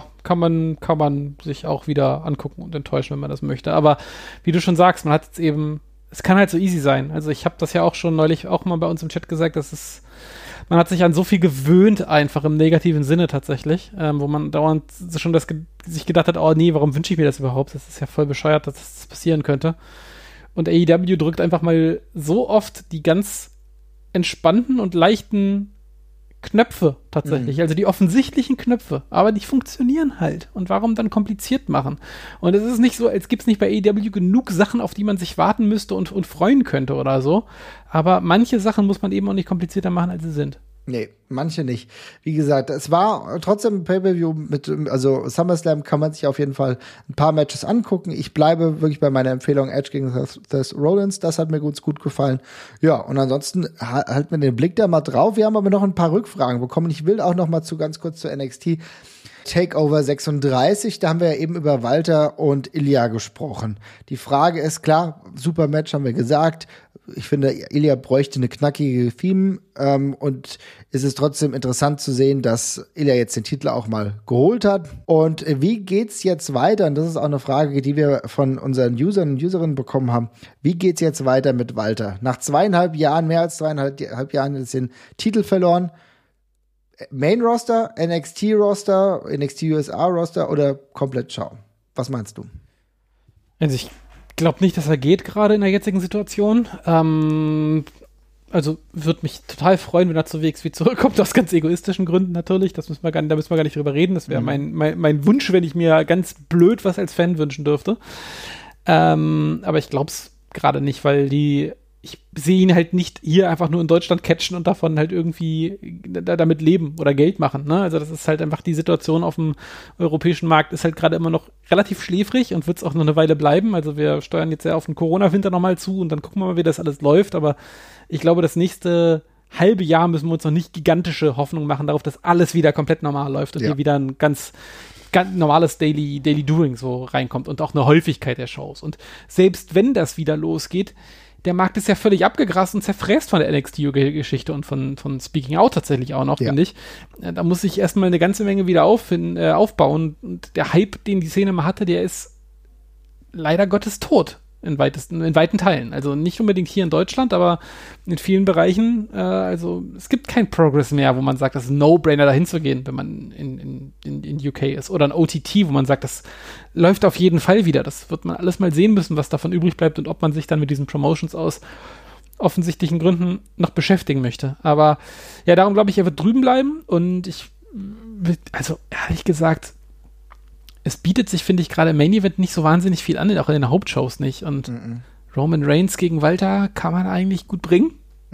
sich auch wieder angucken und enttäuschen, wenn man das möchte. Aber wie du schon sagst, man hat jetzt eben, es kann halt so easy sein. Also ich habe das ja auch schon neulich auch mal bei uns im Chat gesagt, man hat sich an so viel gewöhnt, einfach im negativen Sinne tatsächlich, wo man dauernd schon sich gedacht hat, oh nee, warum wünsche ich mir das überhaupt? Das ist ja voll bescheuert, dass das passieren könnte. Und AEW drückt einfach mal so oft die ganz entspannten und leichten Knöpfe tatsächlich, also die offensichtlichen Knöpfe, aber die funktionieren halt. Und warum dann kompliziert machen? Und es ist nicht so, als gibt's nicht bei AEW genug Sachen, auf die man sich warten müsste und freuen könnte oder so. Aber manche Sachen muss man eben auch nicht komplizierter machen, als sie sind. Nee, manche nicht. Wie gesagt, es war trotzdem ein Pay-Per-View also SummerSlam kann man sich auf jeden Fall ein paar Matches angucken. Ich bleibe wirklich bei meiner Empfehlung Edge gegen Seth Rollins. Das hat mir gut gefallen. Ja, und ansonsten halten wir den Blick da mal drauf. Wir haben aber noch ein paar Rückfragen bekommen. Ich will auch noch mal ganz kurz zu NXT Takeover 36. Da haben wir ja eben über Walter und Ilja gesprochen. Die Frage ist klar, super Match haben wir gesagt. Ich finde, Ilja bräuchte eine knackige Theme und es ist trotzdem interessant zu sehen, dass Ilja jetzt den Titel auch mal geholt hat. Und wie geht's jetzt weiter? Und das ist auch eine Frage, die wir von unseren Usern und Userinnen bekommen haben. Wie geht's jetzt weiter mit Walter? Nach 2,5 Jahren, mehr als 2,5 Jahren, ist den Titel verloren. Main Roster, NXT Roster, NXT USA Roster oder komplett Schau? Was meinst du? Also ich glaube nicht, dass er geht gerade in der jetzigen Situation. Also würde mich total freuen, wenn er zu WXW zurückkommt, aus ganz egoistischen Gründen natürlich. Da müssen wir gar nicht drüber reden. Das wäre mein Wunsch, wenn ich mir ganz blöd was als Fan wünschen dürfte. Aber ich glaube es gerade nicht, weil ich sehe ihn halt nicht hier einfach nur in Deutschland catchen und davon halt irgendwie damit leben oder Geld machen. Ne? Also das ist halt einfach die Situation auf dem europäischen Markt ist halt gerade immer noch relativ schläfrig und wird es auch noch eine Weile bleiben. Also wir steuern jetzt ja auf den Corona-Winter nochmal zu und dann gucken wir mal, wie das alles läuft. Aber ich glaube, das nächste halbe Jahr müssen wir uns noch nicht gigantische Hoffnung machen darauf, dass alles wieder komplett normal läuft und hier wieder ein ganz normales Daily Doing so reinkommt und auch eine Häufigkeit der Shows. Und selbst wenn das wieder losgeht, der Markt ist ja völlig abgegrast und zerfräst von der NXT-Geschichte und von Speaking Out tatsächlich auch noch, finde ich. Da muss ich erstmal eine ganze Menge wieder aufbauen. Und der Hype, den die Szene mal hatte, der ist leider Gottes tot in weiten Teilen. Also nicht unbedingt hier in Deutschland, aber in vielen Bereichen. Also es gibt kein Progress mehr, wo man sagt, das ist ein No-Brainer, dahin zu gehen, wenn man in UK ist. Oder ein OTT, wo man sagt, das läuft auf jeden Fall wieder. Das wird man alles mal sehen müssen, was davon übrig bleibt und ob man sich dann mit diesen Promotions aus offensichtlichen Gründen noch beschäftigen möchte. Aber ja, darum glaube ich, er wird drüben bleiben und also ehrlich gesagt, es bietet sich, finde ich, gerade im Main Event nicht so wahnsinnig viel an, auch in den Hauptshows nicht. Und Roman Reigns gegen Walter kann man eigentlich gut bringen.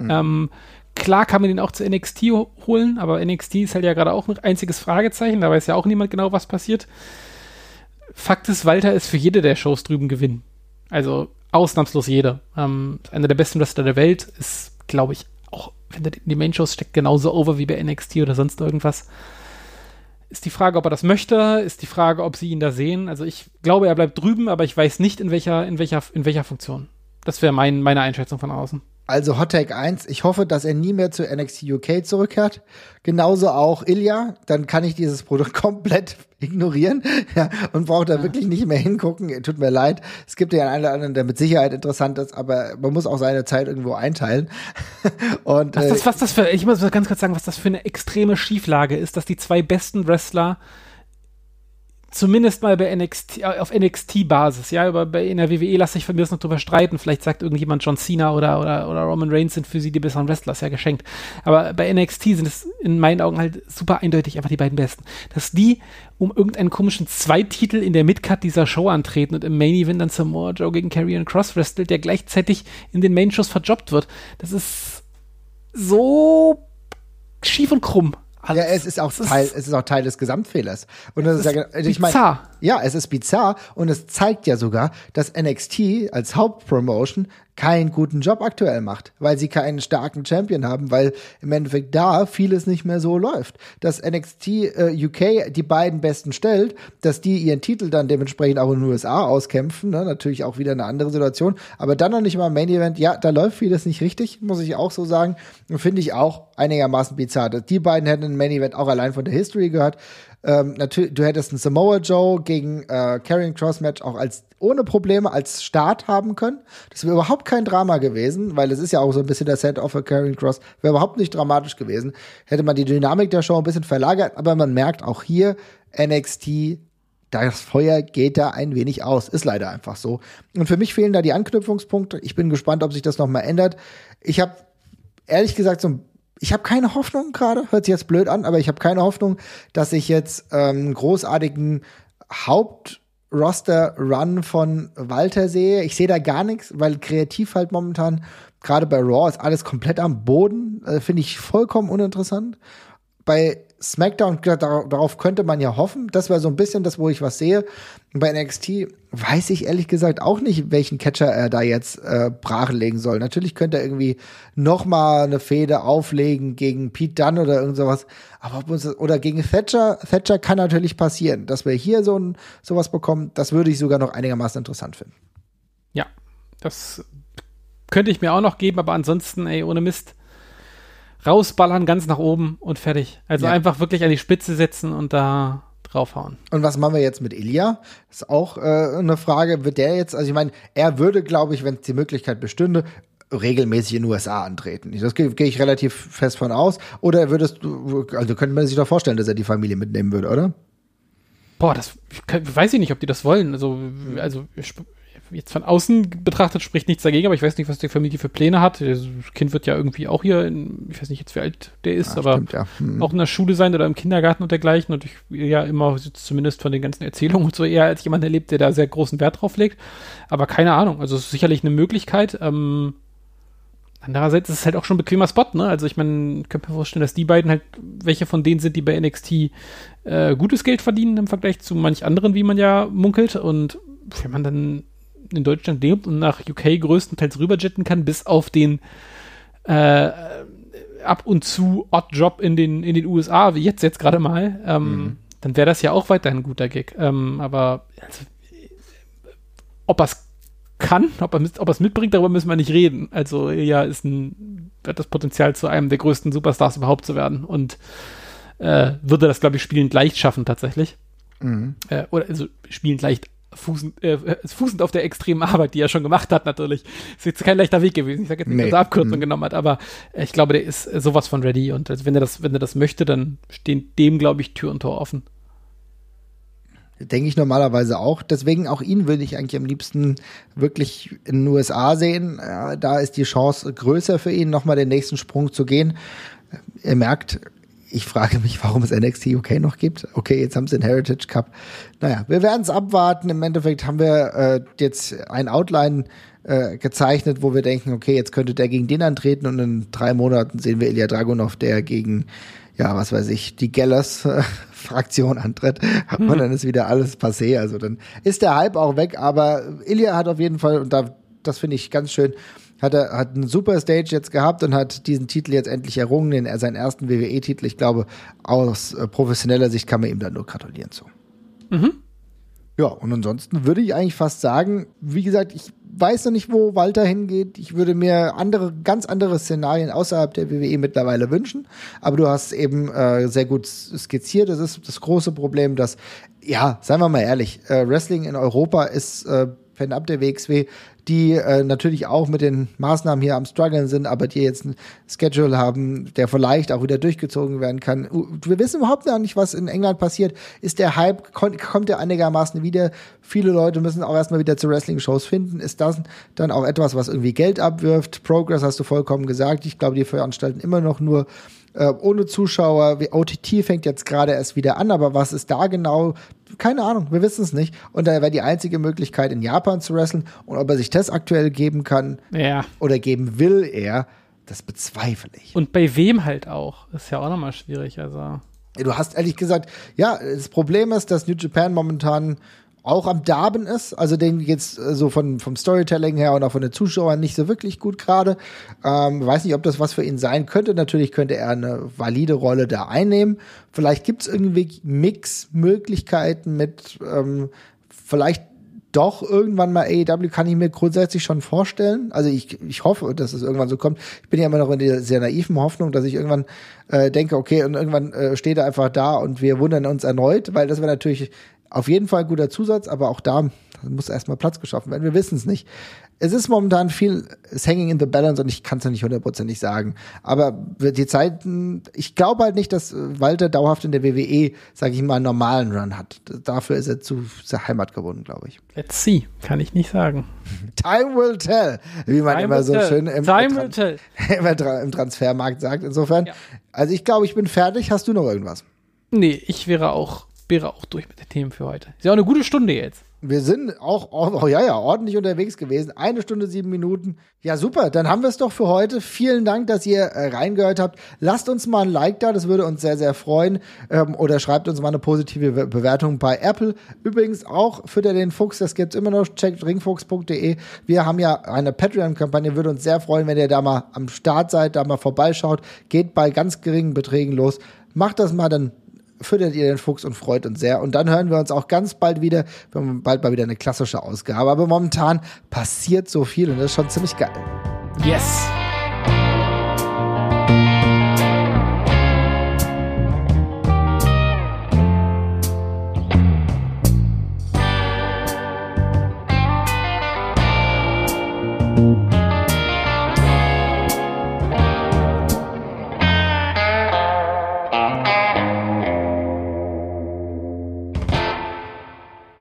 Klar kann man den auch zu NXT holen, aber NXT ist halt ja gerade auch ein einziges Fragezeichen. Da weiß ja auch niemand genau, was passiert. Fakt ist, Walter ist für jede der Shows drüben Gewinn. Also ausnahmslos jede. Einer der besten Wrestler der Welt ist, glaube ich, auch, wenn er in die Main-Shows steckt, genauso over wie bei NXT oder sonst irgendwas. Ist die Frage, ob er das möchte, ist die Frage, ob sie ihn da sehen. Also ich glaube, er bleibt drüben, aber ich weiß nicht, in welcher Funktion. Das wäre meine Einschätzung von außen. Also Hot Take 1, ich hoffe, dass er nie mehr zu NXT UK zurückkehrt. Genauso auch Ilja, dann kann ich dieses Produkt komplett ignorieren und brauche da wirklich nicht mehr hingucken. Tut mir leid, es gibt ja einen oder anderen, der mit Sicherheit interessant ist, aber man muss auch seine Zeit irgendwo einteilen. Und ich muss ganz kurz sagen, was das für eine extreme Schieflage ist, dass die zwei besten Wrestler zumindest mal bei NXT, auf NXT-Basis, ja, aber in der WWE lasse ich von mir das noch drüber streiten. Vielleicht sagt irgendjemand, John Cena oder Roman Reigns sind für sie die besseren Wrestler, ist ja geschenkt. Aber bei NXT sind es in meinen Augen halt super eindeutig einfach die beiden Besten. Dass die um irgendeinen komischen Zweititel in der Midcard dieser Show antreten und im Main Event dann Samoa Joe gegen Karrion Kross wrestelt, der gleichzeitig in den Main-Shows verjobbt wird. Das ist so schief und krumm. Ja, es ist auch Teil des Gesamtfehlers. Und das ist ja, ich meine, ja, es ist bizarr und es zeigt ja sogar, dass NXT als Hauptpromotion keinen guten Job aktuell macht, weil sie keinen starken Champion haben, weil im Endeffekt da vieles nicht mehr so läuft. Dass NXT UK die beiden Besten stellt, dass die ihren Titel dann dementsprechend auch in den USA auskämpfen, ne? Natürlich auch wieder eine andere Situation, aber dann noch nicht mal im Main Event, ja, da läuft vieles nicht richtig, muss ich auch so sagen, und finde ich auch einigermaßen bizarr. Die beiden hätten im Main Event auch allein von der History gehört. Natürlich, du hättest einen Samoa Joe gegen Karrion Kross Match auch ohne Probleme als Start haben können. Das wäre überhaupt kein Drama gewesen, weil es ist ja auch so ein bisschen der Set-Off für Karrion Kross. Wäre überhaupt nicht dramatisch gewesen. Hätte man die Dynamik der Show ein bisschen verlagert, aber man merkt auch hier, NXT, das Feuer geht da ein wenig aus. Ist leider einfach so. Und für mich fehlen da die Anknüpfungspunkte. Ich bin gespannt, ob sich das noch mal ändert. Ich habe ehrlich gesagt ich habe keine Hoffnung gerade, hört sich jetzt blöd an, aber ich habe keine Hoffnung, dass ich jetzt einen großartigen Hauptroster-Run von Walter sehe. Ich sehe da gar nichts, weil kreativ halt momentan, gerade bei Raw, ist alles komplett am Boden. Finde ich vollkommen uninteressant. Bei SmackDown, darauf könnte man ja hoffen. Das wäre so ein bisschen das, wo ich was sehe. Bei NXT weiß ich ehrlich gesagt auch nicht, welchen Catcher er da jetzt brachlegen soll. Natürlich könnte er irgendwie noch mal eine Fehde auflegen gegen Pete Dunne oder irgend sowas. Aber oder gegen Thatcher. Thatcher kann natürlich passieren. Dass wir hier sowas bekommen, das würde ich sogar noch einigermaßen interessant finden. Ja, das könnte ich mir auch noch geben, aber ansonsten, ohne Mist, rausballern, ganz nach oben und fertig. Also einfach wirklich an die Spitze setzen und da draufhauen. Und was machen wir jetzt mit Ilja? Ist auch eine Frage. Wird der jetzt, also ich meine, er würde, glaube ich, wenn es die Möglichkeit bestünde, regelmäßig in den USA antreten. Das gehe ich relativ fest von aus. Oder könnte man sich doch vorstellen, dass er die Familie mitnehmen würde, oder? Boah, weiß ich nicht, ob die das wollen. Also jetzt von außen betrachtet spricht nichts dagegen, aber ich weiß nicht, was die Familie für Pläne hat. Das Kind wird ja irgendwie auch hier, ich weiß nicht jetzt, wie alt der ist, aber stimmt, ja. Auch in der Schule sein oder im Kindergarten und dergleichen. Und ich ja immer zumindest von den ganzen Erzählungen und so eher als jemand erlebt, der da sehr großen Wert drauf legt. Aber keine Ahnung, also es ist sicherlich eine Möglichkeit. Andererseits ist es halt auch schon ein bequemer Spot, ne? Also ich meine, ich könnte mir vorstellen, dass die beiden halt welche von denen sind, die bei NXT gutes Geld verdienen im Vergleich zu manch anderen, wie man ja munkelt. Und wenn man dann in Deutschland lebt und nach UK größtenteils rüberjetten kann, bis auf den ab und zu Oddjob in den USA, wie jetzt gerade mal, dann wäre das ja auch weiterhin ein guter Gig. Aber also, ob er es kann, ob er es mitbringt, darüber müssen wir nicht reden. Also hat das Potenzial, zu einem der größten Superstars überhaupt zu werden und würde das, glaube ich, spielend leicht schaffen tatsächlich. Oder also spielend leicht fußend auf der extremen Arbeit, die er schon gemacht hat, natürlich. Ist jetzt kein leichter Weg gewesen. Ich sage jetzt nicht, dass er Abkürzung genommen hat, aber ich glaube, der ist sowas von ready und also wenn er das möchte, dann stehen dem, glaube ich, Tür und Tor offen. Denke ich normalerweise auch. Deswegen auch ihn würde ich eigentlich am liebsten wirklich in den USA sehen. Ja, da ist die Chance größer für ihn, nochmal den nächsten Sprung zu gehen. Ihr merkt, ich frage mich, warum es NXT UK noch gibt. Okay, jetzt haben sie den Heritage Cup. Naja, wir werden es abwarten. Im Endeffekt haben wir jetzt ein Outline gezeichnet, wo wir denken, okay, jetzt könnte der gegen den antreten und in 3 Monaten sehen wir Ilja Dragunov, der gegen, ja, was weiß ich, die Gallus-Fraktion antritt. Und dann ist wieder alles passé. Also dann ist der Hype auch weg. Aber Ilja hat auf jeden Fall, und das finde ich ganz schön, hat einen super Stage jetzt gehabt und hat diesen Titel jetzt endlich errungen, seinen ersten WWE-Titel. Ich glaube, aus professioneller Sicht kann man ihm da nur gratulieren zu. Ja, und ansonsten würde ich eigentlich fast sagen, wie gesagt, ich weiß noch nicht, wo Walter hingeht. Ich würde mir ganz andere Szenarien außerhalb der WWE mittlerweile wünschen. Aber du hast eben sehr gut skizziert. Das ist das große Problem, dass, ja, seien wir mal ehrlich, Wrestling in Europa ist Fan-Up der WXW, die natürlich auch mit den Maßnahmen hier am struggeln sind, aber die jetzt ein Schedule haben, der vielleicht auch wieder durchgezogen werden kann. Wir wissen überhaupt noch nicht, was in England passiert. Ist der Hype, kommt der einigermaßen wieder? Viele Leute müssen auch erstmal wieder zu Wrestling-Shows finden. Ist das dann auch etwas, was irgendwie Geld abwirft? Progress hast du vollkommen gesagt. Ich glaube, die veranstalten immer noch nur ohne Zuschauer. OTT fängt jetzt gerade erst wieder an, aber was ist da genau? Keine Ahnung, wir wissen es nicht. Und da wäre die einzige Möglichkeit, in Japan zu wrestlen. Und ob er sich das aktuell geben kann oder geben will er, das bezweifle ich. Und bei wem halt auch? Ist ja auch nochmal schwierig. Also du hast ehrlich gesagt, ja, das Problem ist, dass New Japan momentan auch am Darben ist, also den geht's so vom Storytelling her und auch von den Zuschauern nicht so wirklich gut gerade. Weiß nicht, ob das was für ihn sein könnte. Natürlich könnte er eine valide Rolle da einnehmen. Vielleicht gibt's irgendwie Mix-Möglichkeiten mit vielleicht doch irgendwann mal AEW, kann ich mir grundsätzlich schon vorstellen. Also ich hoffe, dass es irgendwann so kommt. Ich bin ja immer noch in der sehr naiven Hoffnung, dass ich irgendwann denke, okay, und irgendwann steht er einfach da und wir wundern uns erneut, weil das wäre natürlich auf jeden Fall ein guter Zusatz, aber auch da muss erstmal Platz geschaffen werden. Wir wissen es nicht. Es ist momentan viel hanging in the balance und ich kann es ja nicht 100% sagen. Aber die Zeiten, ich glaube halt nicht, dass Walter dauerhaft in der WWE, sage ich mal, einen normalen Run hat. Dafür ist er zu sehr Heimat gebunden, glaube ich. Let's see, kann ich nicht sagen. Time will tell, wie man immer so schön im Transfermarkt sagt. Insofern, also ich glaube, ich bin fertig. Hast du noch irgendwas? Nee, ich wäre auch durch mit den Themen für heute. Ist ja auch eine gute Stunde jetzt. Wir sind auch ordentlich unterwegs gewesen. 1 Stunde, 7 Minuten. Ja, super. Dann haben wir es doch für heute. Vielen Dank, dass ihr reingehört habt. Lasst uns mal ein Like da. Das würde uns sehr, sehr freuen. Oder schreibt uns mal eine positive Bewertung bei Apple. Übrigens auch für den Fuchs. Das gibt's immer noch. Checkt ringfuchs.de. Wir haben ja eine Patreon-Kampagne. Würde uns sehr freuen, wenn ihr da mal am Start seid, da mal vorbeischaut. Geht bei ganz geringen Beträgen los. Macht das mal, dann füttert ihr den Fuchs und freut uns sehr. Und dann hören wir uns auch ganz bald wieder. Wir haben bald mal wieder eine klassische Ausgabe. Aber momentan passiert so viel und das ist schon ziemlich geil. Yes!